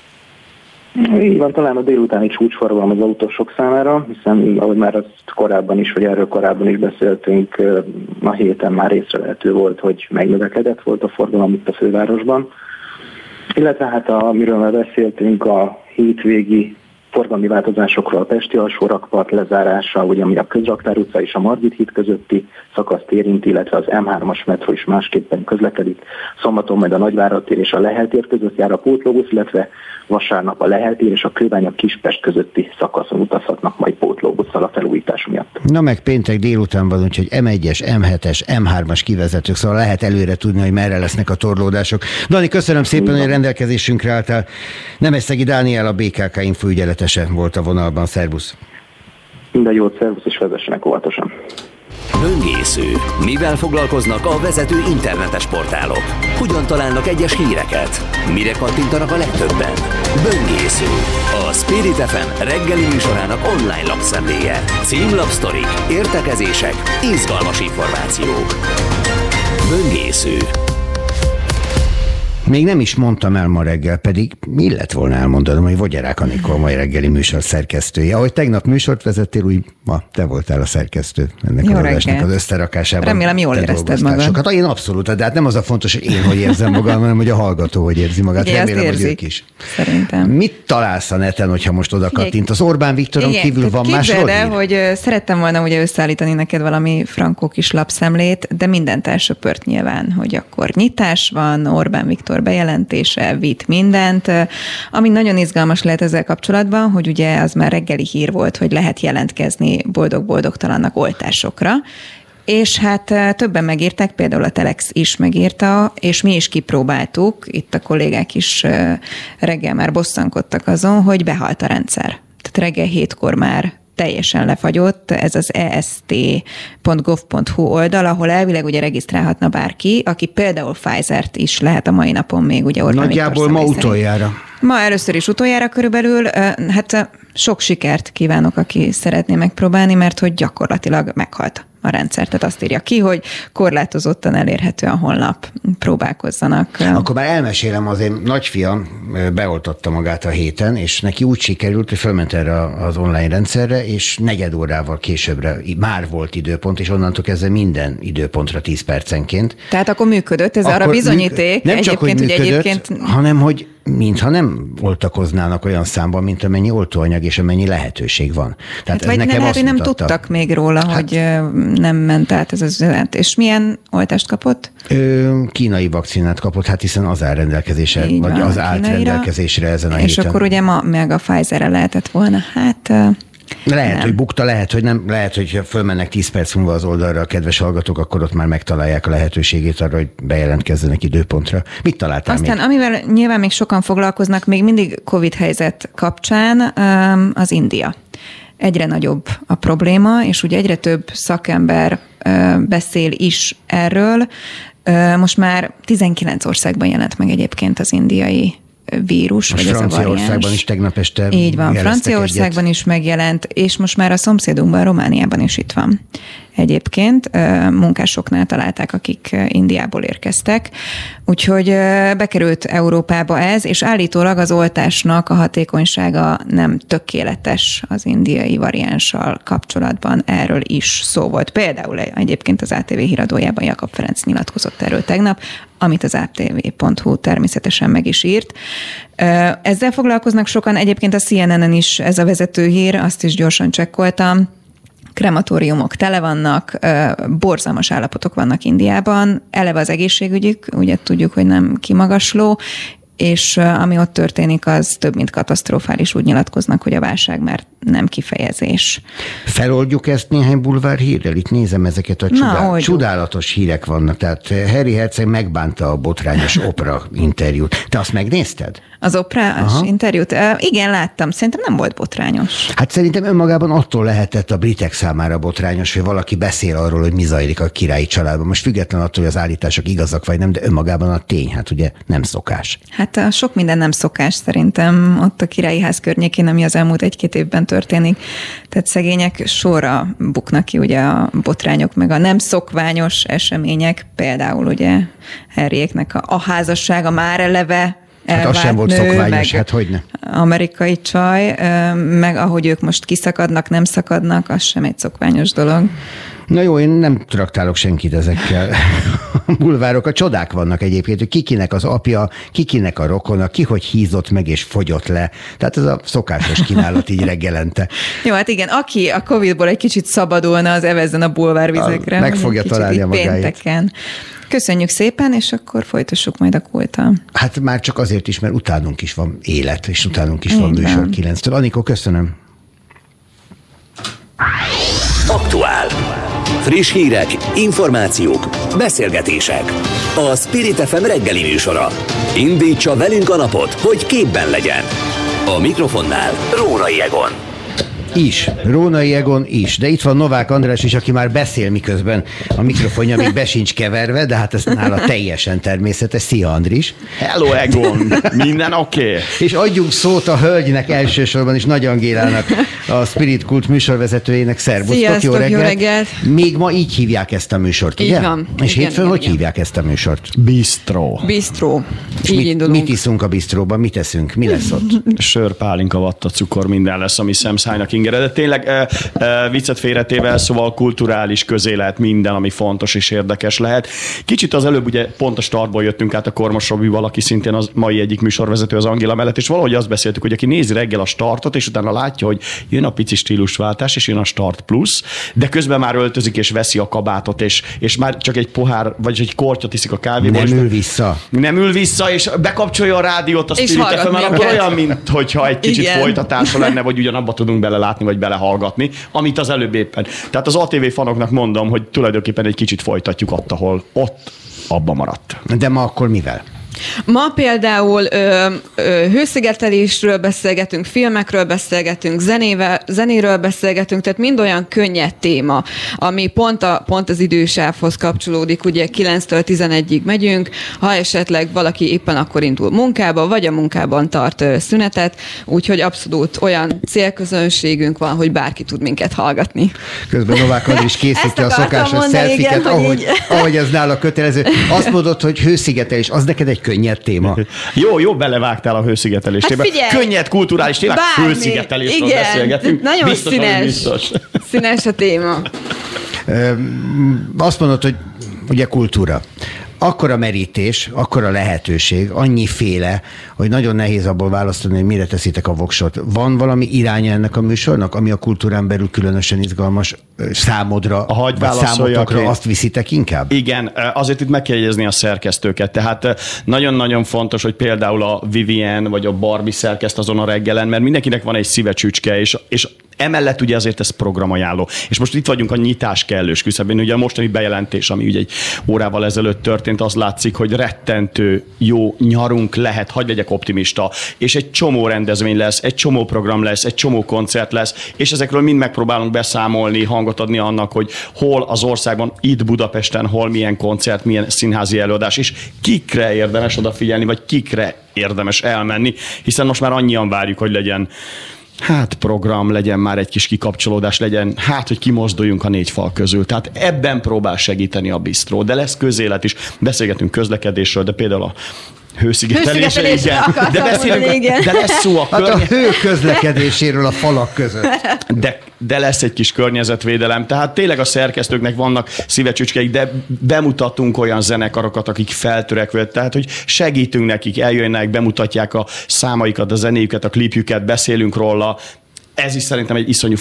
Így van, talán a délutáni csúcsforgalom az autósok számára, hiszen ahogy már azt korábban is, vagy erről korábban is beszéltünk, a héten már észrevehető volt, hogy megnövekedett volt a forgalom itt a fővárosban. Illetve hát amiről már beszéltünk, a hétvégi forgalmi változásokról, a Pesti alsórakpart lezárása, ugye ami a Közraktár utca és a Margit híd közötti szakaszt érinti, illetve az M3-as metró is másképpen közlekedik. Szombaton majd a Nagyvárad tér és a Lehel tér között jár a pótlóbusz, illetve vasárnap a Lehel tér és a Kőbánya-Kispest közötti szakaszon utazhatnak majd pótlóbusszal a felújítás miatt. Na meg péntek délután van, úgyhogy M1-es, M7-es, M3-as kivezetők, szóval lehet előre tudni, hogy merre lesznek a torlódások. Dani, köszönöm szépen, hogy rendelkezésünkre álltál. Nemeszegi Dániel, a BKK Info ügyeletese volt a vonalban. Szervusz! Minden jót, szervusz, és vezessenek óvatosan! Böngésző. Mivel foglalkoznak a vezető internetes portálok? Hogyan találnak egyes híreket? Mire kattintanak a legtöbben? Böngésző. A Spirit FM reggeli műsorának online lapszemléje. Címlapsztorik, értekezések, izgalmas információk. Böngésző. Még nem is mondtam el ma reggel, pedig mi lett volna elmondanom, hogy Vogyarák Anikó mai reggeli műsor szerkesztője. Ahogy tegnap műsort vezettél, úgy ma te voltál a szerkesztő ennek az adásnak az összerakásában. Remélem jól érezted magad. Hát én abszolút, de hát nem az a fontos, hogy én hogy érzem magam, hanem hogy a hallgató hogy érzi magát. Ugye, remélem, hogy ők is. Szerintem. Mit találsz a neten, hogyha most oda kattint? Az Orbán Viktoron kívül van más hír? Képzeld el, hogy szerettem volna ugye összeállítani neked valami frankó kis lapszemlét, de mindent elsöpört nyilván, hogy akkor nyitás van, Orbán Viktor bejelentése, vitt mindent. Ami nagyon izgalmas lehet ezzel kapcsolatban, hogy ugye az már reggeli hír volt, hogy lehet jelentkezni boldog-boldogtalannak oltásokra. És hát többen megírták, például a Telex is megírta, és mi is kipróbáltuk, itt a kollégák is reggel már bosszankodtak azon, hogy behalt a rendszer. Tehát reggel 7-kor már teljesen lefagyott, ez az est.gov.hu oldal, ahol elvileg ugye regisztrálhatna bárki, aki például Pfizer-t is lehet a mai napon még ugye Orbán nagyjából ma utoljára. Ma először is utoljára körülbelül, hát sok sikert kívánok, aki szeretné megpróbálni, mert hogy gyakorlatilag meghalt a rendszer. Tehát azt írja ki, hogy korlátozottan elérhető a honlap, próbálkozzanak. Akkor már elmesélem, az én nagyfiam beoltatta magát a héten, és neki úgy sikerült, hogy fölment erre az online rendszerre, és 4 órával későbbre már volt időpont, és onnantól kezdve minden időpontra 10 percenként. Tehát akkor működött, ez akkor arra bizonyíték. Nem csak, hogy működött, egyébként... hanem hogy mintha nem oltakoznának olyan számban, mint amennyi oltóanyag és amennyi lehetőség van. Tehát hát vagy lehet, hogy nem tudtak még róla, hogy nem ment át ez az üzenet. És milyen oltást kapott? Kínai vakcinát kapott, hát hiszen az áll rendelkezésre, vagy van, az állt rendelkezésre ezen a héten. És akkor ugye ma meg a Pfizer-re lehetett volna, hát... Lehet, nem. hogy bukta, lehet, hogy nem. Lehet, hogy fölmennek 10 perc múlva az oldalra a kedves hallgatók, akkor ott már megtalálják a lehetőségét arra, hogy bejelentkezzenek időpontra. Mit találtál Aztán, még? amivel nyilván még sokan foglalkoznak, még mindig Covid helyzet kapcsán, az India. Egyre nagyobb a probléma, és ugye egyre több szakember beszél is erről. Most már 19 országban jelent meg egyébként az indiai vírus, most vagy ez a variáns. Franciaországban is tegnap este így van, Franciaországban is megjelent, és most már a szomszédunkban, Romániában is itt van. Egyébként munkásoknál találták, akik Indiából érkeztek. Úgyhogy bekerült Európába ez, és állítólag az oltásnak a hatékonysága nem tökéletes az indiai variánssal kapcsolatban. Erről is szó volt. Például egyébként az ATV híradójában Jakab Ferenc nyilatkozott erről tegnap, amit az atv.hu természetesen meg is írt. Ezzel foglalkoznak sokan, egyébként a CNN-en is ez a vezető hír, azt is gyorsan csekkoltam. Krematóriumok tele vannak, borzalmas állapotok vannak Indiában, eleve az egészségügyük, ugye tudjuk, hogy nem kimagasló, és ami ott történik, az több, mint katasztrofális, úgy nyilatkoznak, hogy a válság már nem kifejezés. Feloldjuk ezt néhány bulvár hírrel? Itt nézem ezeket a csodálatos hírek vannak. Tehát Harry herceg megbánta a botrányos Oprah interjút. Te azt megnézted? Az Oprah interjút? Igen, láttam. Szerintem nem volt botrányos. Hát szerintem önmagában attól lehetett a britek számára botrányos, hogy valaki beszél arról, hogy mi zajlik a királyi családban. Most független attól, hogy az állítások igazak vagy nem, de önmagában a tény, hát ugye nem szokás. Hát sok minden nem szokás szerintem ott a királyi ház környékén, ami az elmúlt 1-2 évben történik. Tehát szegények sorra buknak ki ugye a botrányok, meg a nem szokványos események, például ugye Harryéknek a házassága már eleve hát az sem volt szokványos, hát hogyne. Amerikai csaj, meg ahogy ők most kiszakadnak, nem szakadnak, az sem egy szokványos dolog. Na jó, én nem traktálok senkit ezekkel. A bulvárok, a csodák vannak egyébként, hogy kikinek az apja, kikinek a rokona, ki hogy hízott meg és fogyott le. Tehát ez a szokásos kínálat így reggelente. Jó, hát igen, aki a Covid-ból egy kicsit szabadulna, az evezzen a bulvárvizekre. Meg fogja találni a magáit. Pénteken. Köszönjük szépen, és akkor folytassuk majd a Kulttal. Hát már csak azért is, mert utánunk is van élet, és utánunk is van műsor 9-től. Anikó, köszönöm. Aktuál. Friss hírek, információk, beszélgetések. A Spirit FM reggeli műsora. Indítsa velünk a napot, hogy képben legyen. A mikrofonnál Rónai Egon. Rónai Egon is, de itt van Novák András is, aki már beszél, miközben a mikrofonja még be sincs keverve, de hát ez nála teljesen természetes. Szia, Andris! Hello, Egon! Minden oké? És adjunk szót a hölgynek elsősorban is, Nagy Angélának, a Spirit Kult műsorvezetőjének. Szervusztok, sziasztok, jó reggelt! Még ma így hívják ezt a műsort, ugye? Így van. És hétfőn hogy hívják ezt a műsort? Bistro. Így indulunk. Mit iszunk a bistróban? Mit eszünk? Mi lesz ott? Sör, pálinka, vatta, cukor, minden lesz, ami szemszájnak ingere. De tényleg viccet félretével, szóval kulturális közélet, minden, ami fontos és érdekes lehet. Kicsit az előbb ugye pont a startból jöttünk át a Kormos Robival, aki szintén az mai egyik műsorvezető az Angéla mellett, és valahogy azt beszéltük, hogy aki nézi reggel a startot, és utána látja, hogy jön a pici stílusváltás, és jön a Start Plus, de közben már öltözik és veszi a kabátot, és már csak egy pohár, vagy egy kortyot iszik a kávéból. Nem ül vissza, és bekapcsolja a rádiót a Spirit FM-en, akkor olyan, mintha egy kicsit folytatása lenne, vagy ugyanabba tudunk belelátni belelátni, vagy belehallgatni, amit az előbb éppen. Tehát az ATV fanoknak mondom, hogy tulajdonképpen egy kicsit folytatjuk ahol ott abba maradt. De ma akkor mivel? Ma például hőszigetelésről beszélgetünk, filmekről beszélgetünk, zenéről beszélgetünk, tehát mind olyan könnyed téma, ami pont az idősávhoz kapcsolódik, ugye 9-től 11-ig megyünk, ha esetleg valaki éppen akkor indul munkába, vagy a munkában tart szünetet, úgyhogy abszolút olyan célközönségünk van, hogy bárki tud minket hallgatni. Közben Novák Andris is készíti a szokásos szelfiket, ahogy ez nála kötelező. Azt mondod, hogy hőszigetelés, az neked egy könnyed téma. Jó, belevágtál a hőszigeteléstébe. Hát könnyed kulturális témák, hőszigetelésről beszélgetünk. Nagyon biztos. Színes a téma. Azt mondod, hogy ugye kultúra. Akkora merítés, akkora lehetőség, annyiféle, hogy nagyon nehéz abból választani, hogy mire teszitek a voksot. Van valami iránya ennek a műsornak, ami a kultúrán belül különösen izgalmas számodra, vagy számotokra, azt viszitek inkább? Igen, azért itt meg kell jegyezni a szerkesztőket. Tehát nagyon-nagyon fontos, hogy például a Vivien vagy a Barbie szerkeszt azon a reggelen, mert mindenkinek van egy szívecsücske, és emellett ugye azért ez programajánló. És most itt vagyunk a nyitás kellős küszöbén. Ugye a mostani bejelentés, ami ugye egy órával ezelőtt történt, az látszik, hogy rettentő jó nyarunk lehet, hadd legyek optimista, és egy csomó rendezvény lesz, egy csomó program lesz, egy csomó koncert lesz, és ezekről mind megpróbálunk beszámolni, hangot adni annak, hogy hol az országban, itt Budapesten, hol milyen koncert, milyen színházi előadás, és kikre érdemes odafigyelni, vagy kikre érdemes elmenni, hiszen most már annyian várjuk, hogy legyen program, legyen már egy kis kikapcsolódás, legyen, hogy kimozduljunk a négy fal közül. Tehát ebben próbál segíteni a bistró, de lesz közélet is. Beszélgetünk közlekedésről, de például a hőszigetelésre, igen. De beszélünk, de lesz szó a hő közlekedéséről a falak között. De lesz egy kis környezetvédelem. Tehát tényleg a szerkesztőknek vannak szívecsücskeik, de bemutatunk olyan zenekarokat, akik feltörekvő, tehát hogy segítünk nekik, eljönnek, bemutatják a számaikat, a zenéjüket, a klipjüket, beszélünk róla. Ez is szerintem egy iszonyú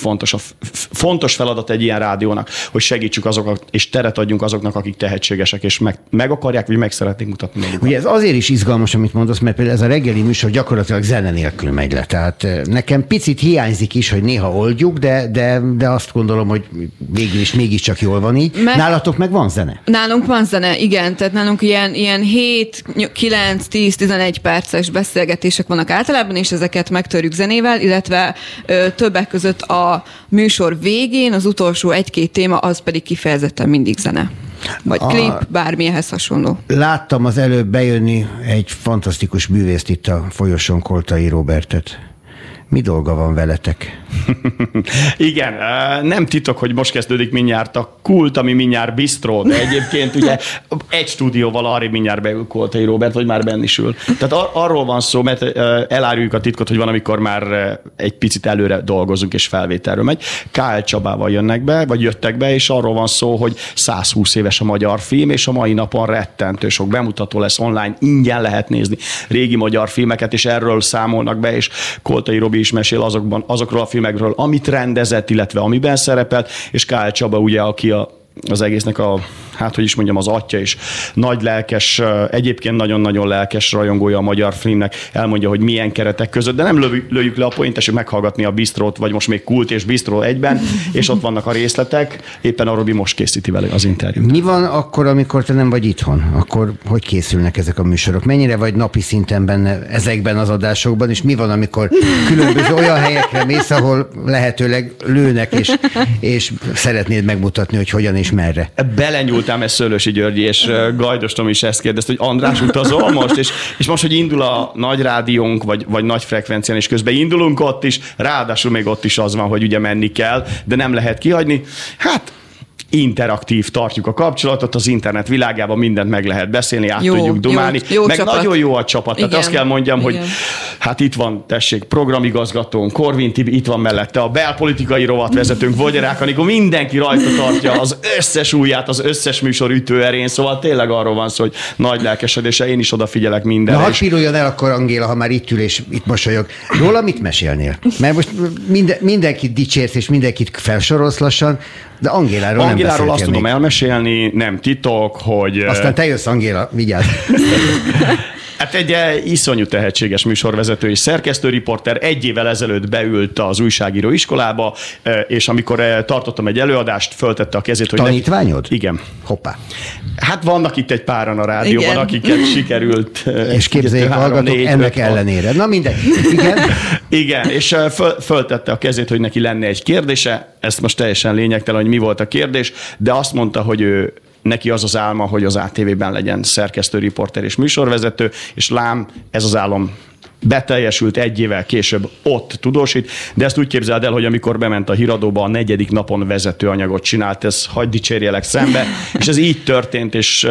fontos feladat egy ilyen rádiónak, hogy segítsük azokat, és teret adjunk azoknak, akik tehetségesek, és meg akarják, vagy meg szeretnék mutatni magukat. Ugye ez azért is izgalmas, amit mondasz, mert például ez a reggeli műsor gyakorlatilag zene nélkül megy le. Tehát nekem picit hiányzik is, hogy néha oldjuk, de azt gondolom, hogy mégiscsak jól van így. Nálatok meg van zene? Nálunk van zene, igen. Tehát nálunk ilyen 7, 9, 10, 11 perces beszélgetések vannak általában, és ezeket megtörjük zenével, illetve többek között a műsor végén az utolsó 1-2 téma, az pedig kifejezetten mindig zene. Vagy klip, bármilyenhez hasonló. Láttam az előbb bejönni egy fantasztikus művészt itt a folyosón, Koltai Róbertet. Mi dolga van veletek? Igen, nem titok, hogy most kezdődik mindjárt a Kult, ami mindjárt bistró, de egyébként ugye egy stúdióval arrébb mindjárt beül Koltai Róbert, vagy már benn is ül. Tehát arról van szó, mert eláruljuk a titkot, hogy van, amikor már egy picit előre dolgozunk, és felvételről megy. K.L. Csabával jöttek be, és arról van szó, hogy 120 éves a magyar film, és a mai napon rettentő sok bemutató lesz online, ingyen lehet nézni régi magyar filmeket, és erről számolnak be, és Koltai Robi is mesél azokról a filmekről, amit rendezett, illetve amiben szerepelt, és K.L. Csaba ugye, aki az egésznek az atya és nagy lelkes, egyébként nagyon-nagyon lelkes rajongója a magyar filmnek, elmondja, hogy milyen keretek között, de nem lőjük le a point, tessék meghallgatni a bistrót, vagy most még Kult és bistró egyben, és ott vannak a részletek, éppen a Robi most készíti vele az interjút. Mi van akkor, amikor te nem vagy itthon? Akkor hogy készülnek ezek a műsorok? Mennyire vagy napi szinten benne ezekben az adásokban, és mi van, amikor különböző olyan helyekre mész, ahol lehetőleg lőnek, és szeretnéd megmutatni, hogy hogyan és merre? Belenyúltám ezt Szőlősi Györgyi, és Gajdos Tomi is ezt kérdezte, hogy András, utazol most? És most, hogy indul a nagy rádiónk, vagy nagy frekvencián, és közben indulunk ott is, ráadásul még ott is az van, hogy ugye menni kell, de nem lehet kihagyni. Interaktív, tartjuk a kapcsolatot, az internet világában mindent meg lehet beszélni, tudjuk dumálni, meg csapat. Nagyon jó a csapat. Igen, tehát azt kell mondjam, igen. Hogy itt van, tessék, programigazgatónk, Korvin Tibi, itt van mellette a belpolitikai rovatvezetőnk, Vogyarák Anikó, mindenki rajta tartja az összes ujját, az összes műsor ütőerén, szóval tényleg arról van szó, hogy nagy lelkesedése, én is odafigyelek mindenre. Na, hadd piruljon el akkor Angéla, ha már itt ül és itt mosolyog. Róla mit mesélnél? Mert most mindenkit dicsérsz és mindenkit felsorolsz lassan, de Angéláról azt tudom elmesélni, nem titok, hogy... Aztán te jössz, Angéla, vigyázz. Hát egy iszonyú tehetséges műsorvezető és szerkesztőriporter. 1 évvel ezelőtt beült az újságíró iskolába, és amikor tartottam egy előadást, föltette a kezét, hogy... Tanítványod? Igen. Hoppá. Hát vannak itt egy páran a rádióban, igen, akiket sikerült. És képzeljék, hallgatók, ennek ellenére. Na mindegy. Igen. Igen, és föltette a kezét, hogy neki lenne egy kérdése. Ezt most teljesen lényegtelen, hogy mi volt a kérdés, de azt mondta, hogy neki az az álma, hogy az ATV-ben legyen szerkesztő, riporter és műsorvezető, és lám, ez az álom beteljesült, 1 évvel később ott tudósít, de ezt úgy képzeld el, hogy amikor bement a híradóba, a 4. napon vezetőanyagot csinált, ez hadd dicsérjelek szembe, és ez így történt, és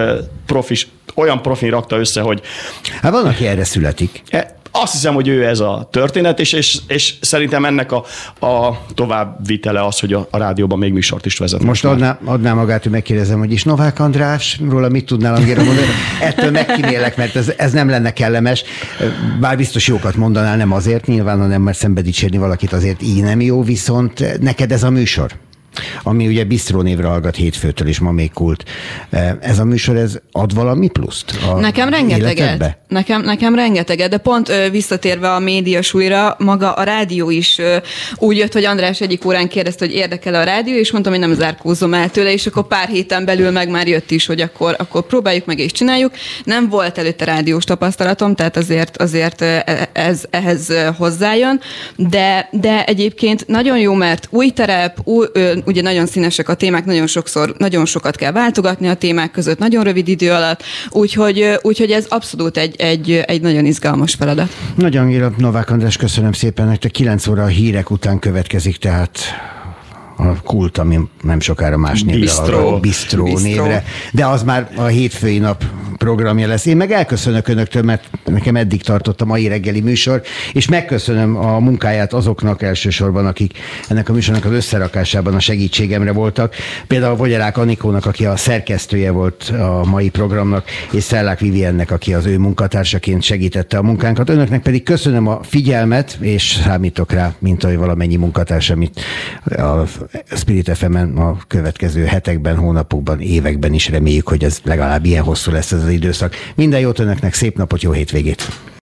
olyan profin rakta össze, hogy... Hát van, aki erre születik. Azt hiszem, hogy ő ez a történet, és szerintem ennek a továbbvitele az, hogy a rádióban még műsort is vezet. Most adná magát, hogy megkérdezem, hogy is Novák Andrásról mit tudnál Angéra mondani? Ettől megkímélek, mert ez nem lenne kellemes. Bár biztos jókat mondanál, nem azért nyilván, hanem mert szembe dicsérni valakit azért így nem jó, viszont neked ez a műsor, ami ugye Bistró névre hallgat hétfőtől, és ma még kult. Ez a műsor, ez ad valami pluszt a Nekem rengeteget. életedbe? Nekem rengeteget, de pont visszatérve a médiasulira, maga a rádió is úgy jött, hogy András egyik órán kérdezte, hogy érdekel a rádió, és mondtam, hogy nem zárkózom el tőle, és akkor pár héten belül meg már jött is, hogy akkor próbáljuk meg és csináljuk. Nem volt előtte rádiós tapasztalatom, tehát azért ez ehhez hozzájön, de egyébként nagyon jó, mert új terep, ugye nagyon színesek a témák, nagyon sokat kell váltogatni a témák között, nagyon rövid idő alatt, úgyhogy ez abszolút egy nagyon izgalmas feladat. Nagyon Angéla, Novák András, köszönöm szépen, nektek 9 óra a hírek után következik, tehát a Kult, ami nem sokára más névre hallgat, Bistró névre, de az már a hétfői nap programja lesz. Én meg elköszönök önöktől, mert nekem eddig tartott a mai reggeli műsor, és megköszönöm a munkáját azoknak elsősorban, akik ennek a műsornak az összerakásában a segítségemre voltak. Például Vogyarák Anikónak, aki a szerkesztője volt a mai programnak, és Szellák Viviennek, aki az ő munkatársaként segítette a munkánkat. Önöknek pedig köszönöm a figyelmet, és számítok rá, mint ahogy valamennyi munkatárs, amit a Spirit FM-en a következő hetekben, hónapokban, években is reméljük, hogy ez legalább ilyen hosszú lesz ez az időszak. Minden jót önöknek, szép napot, jó hétvégét!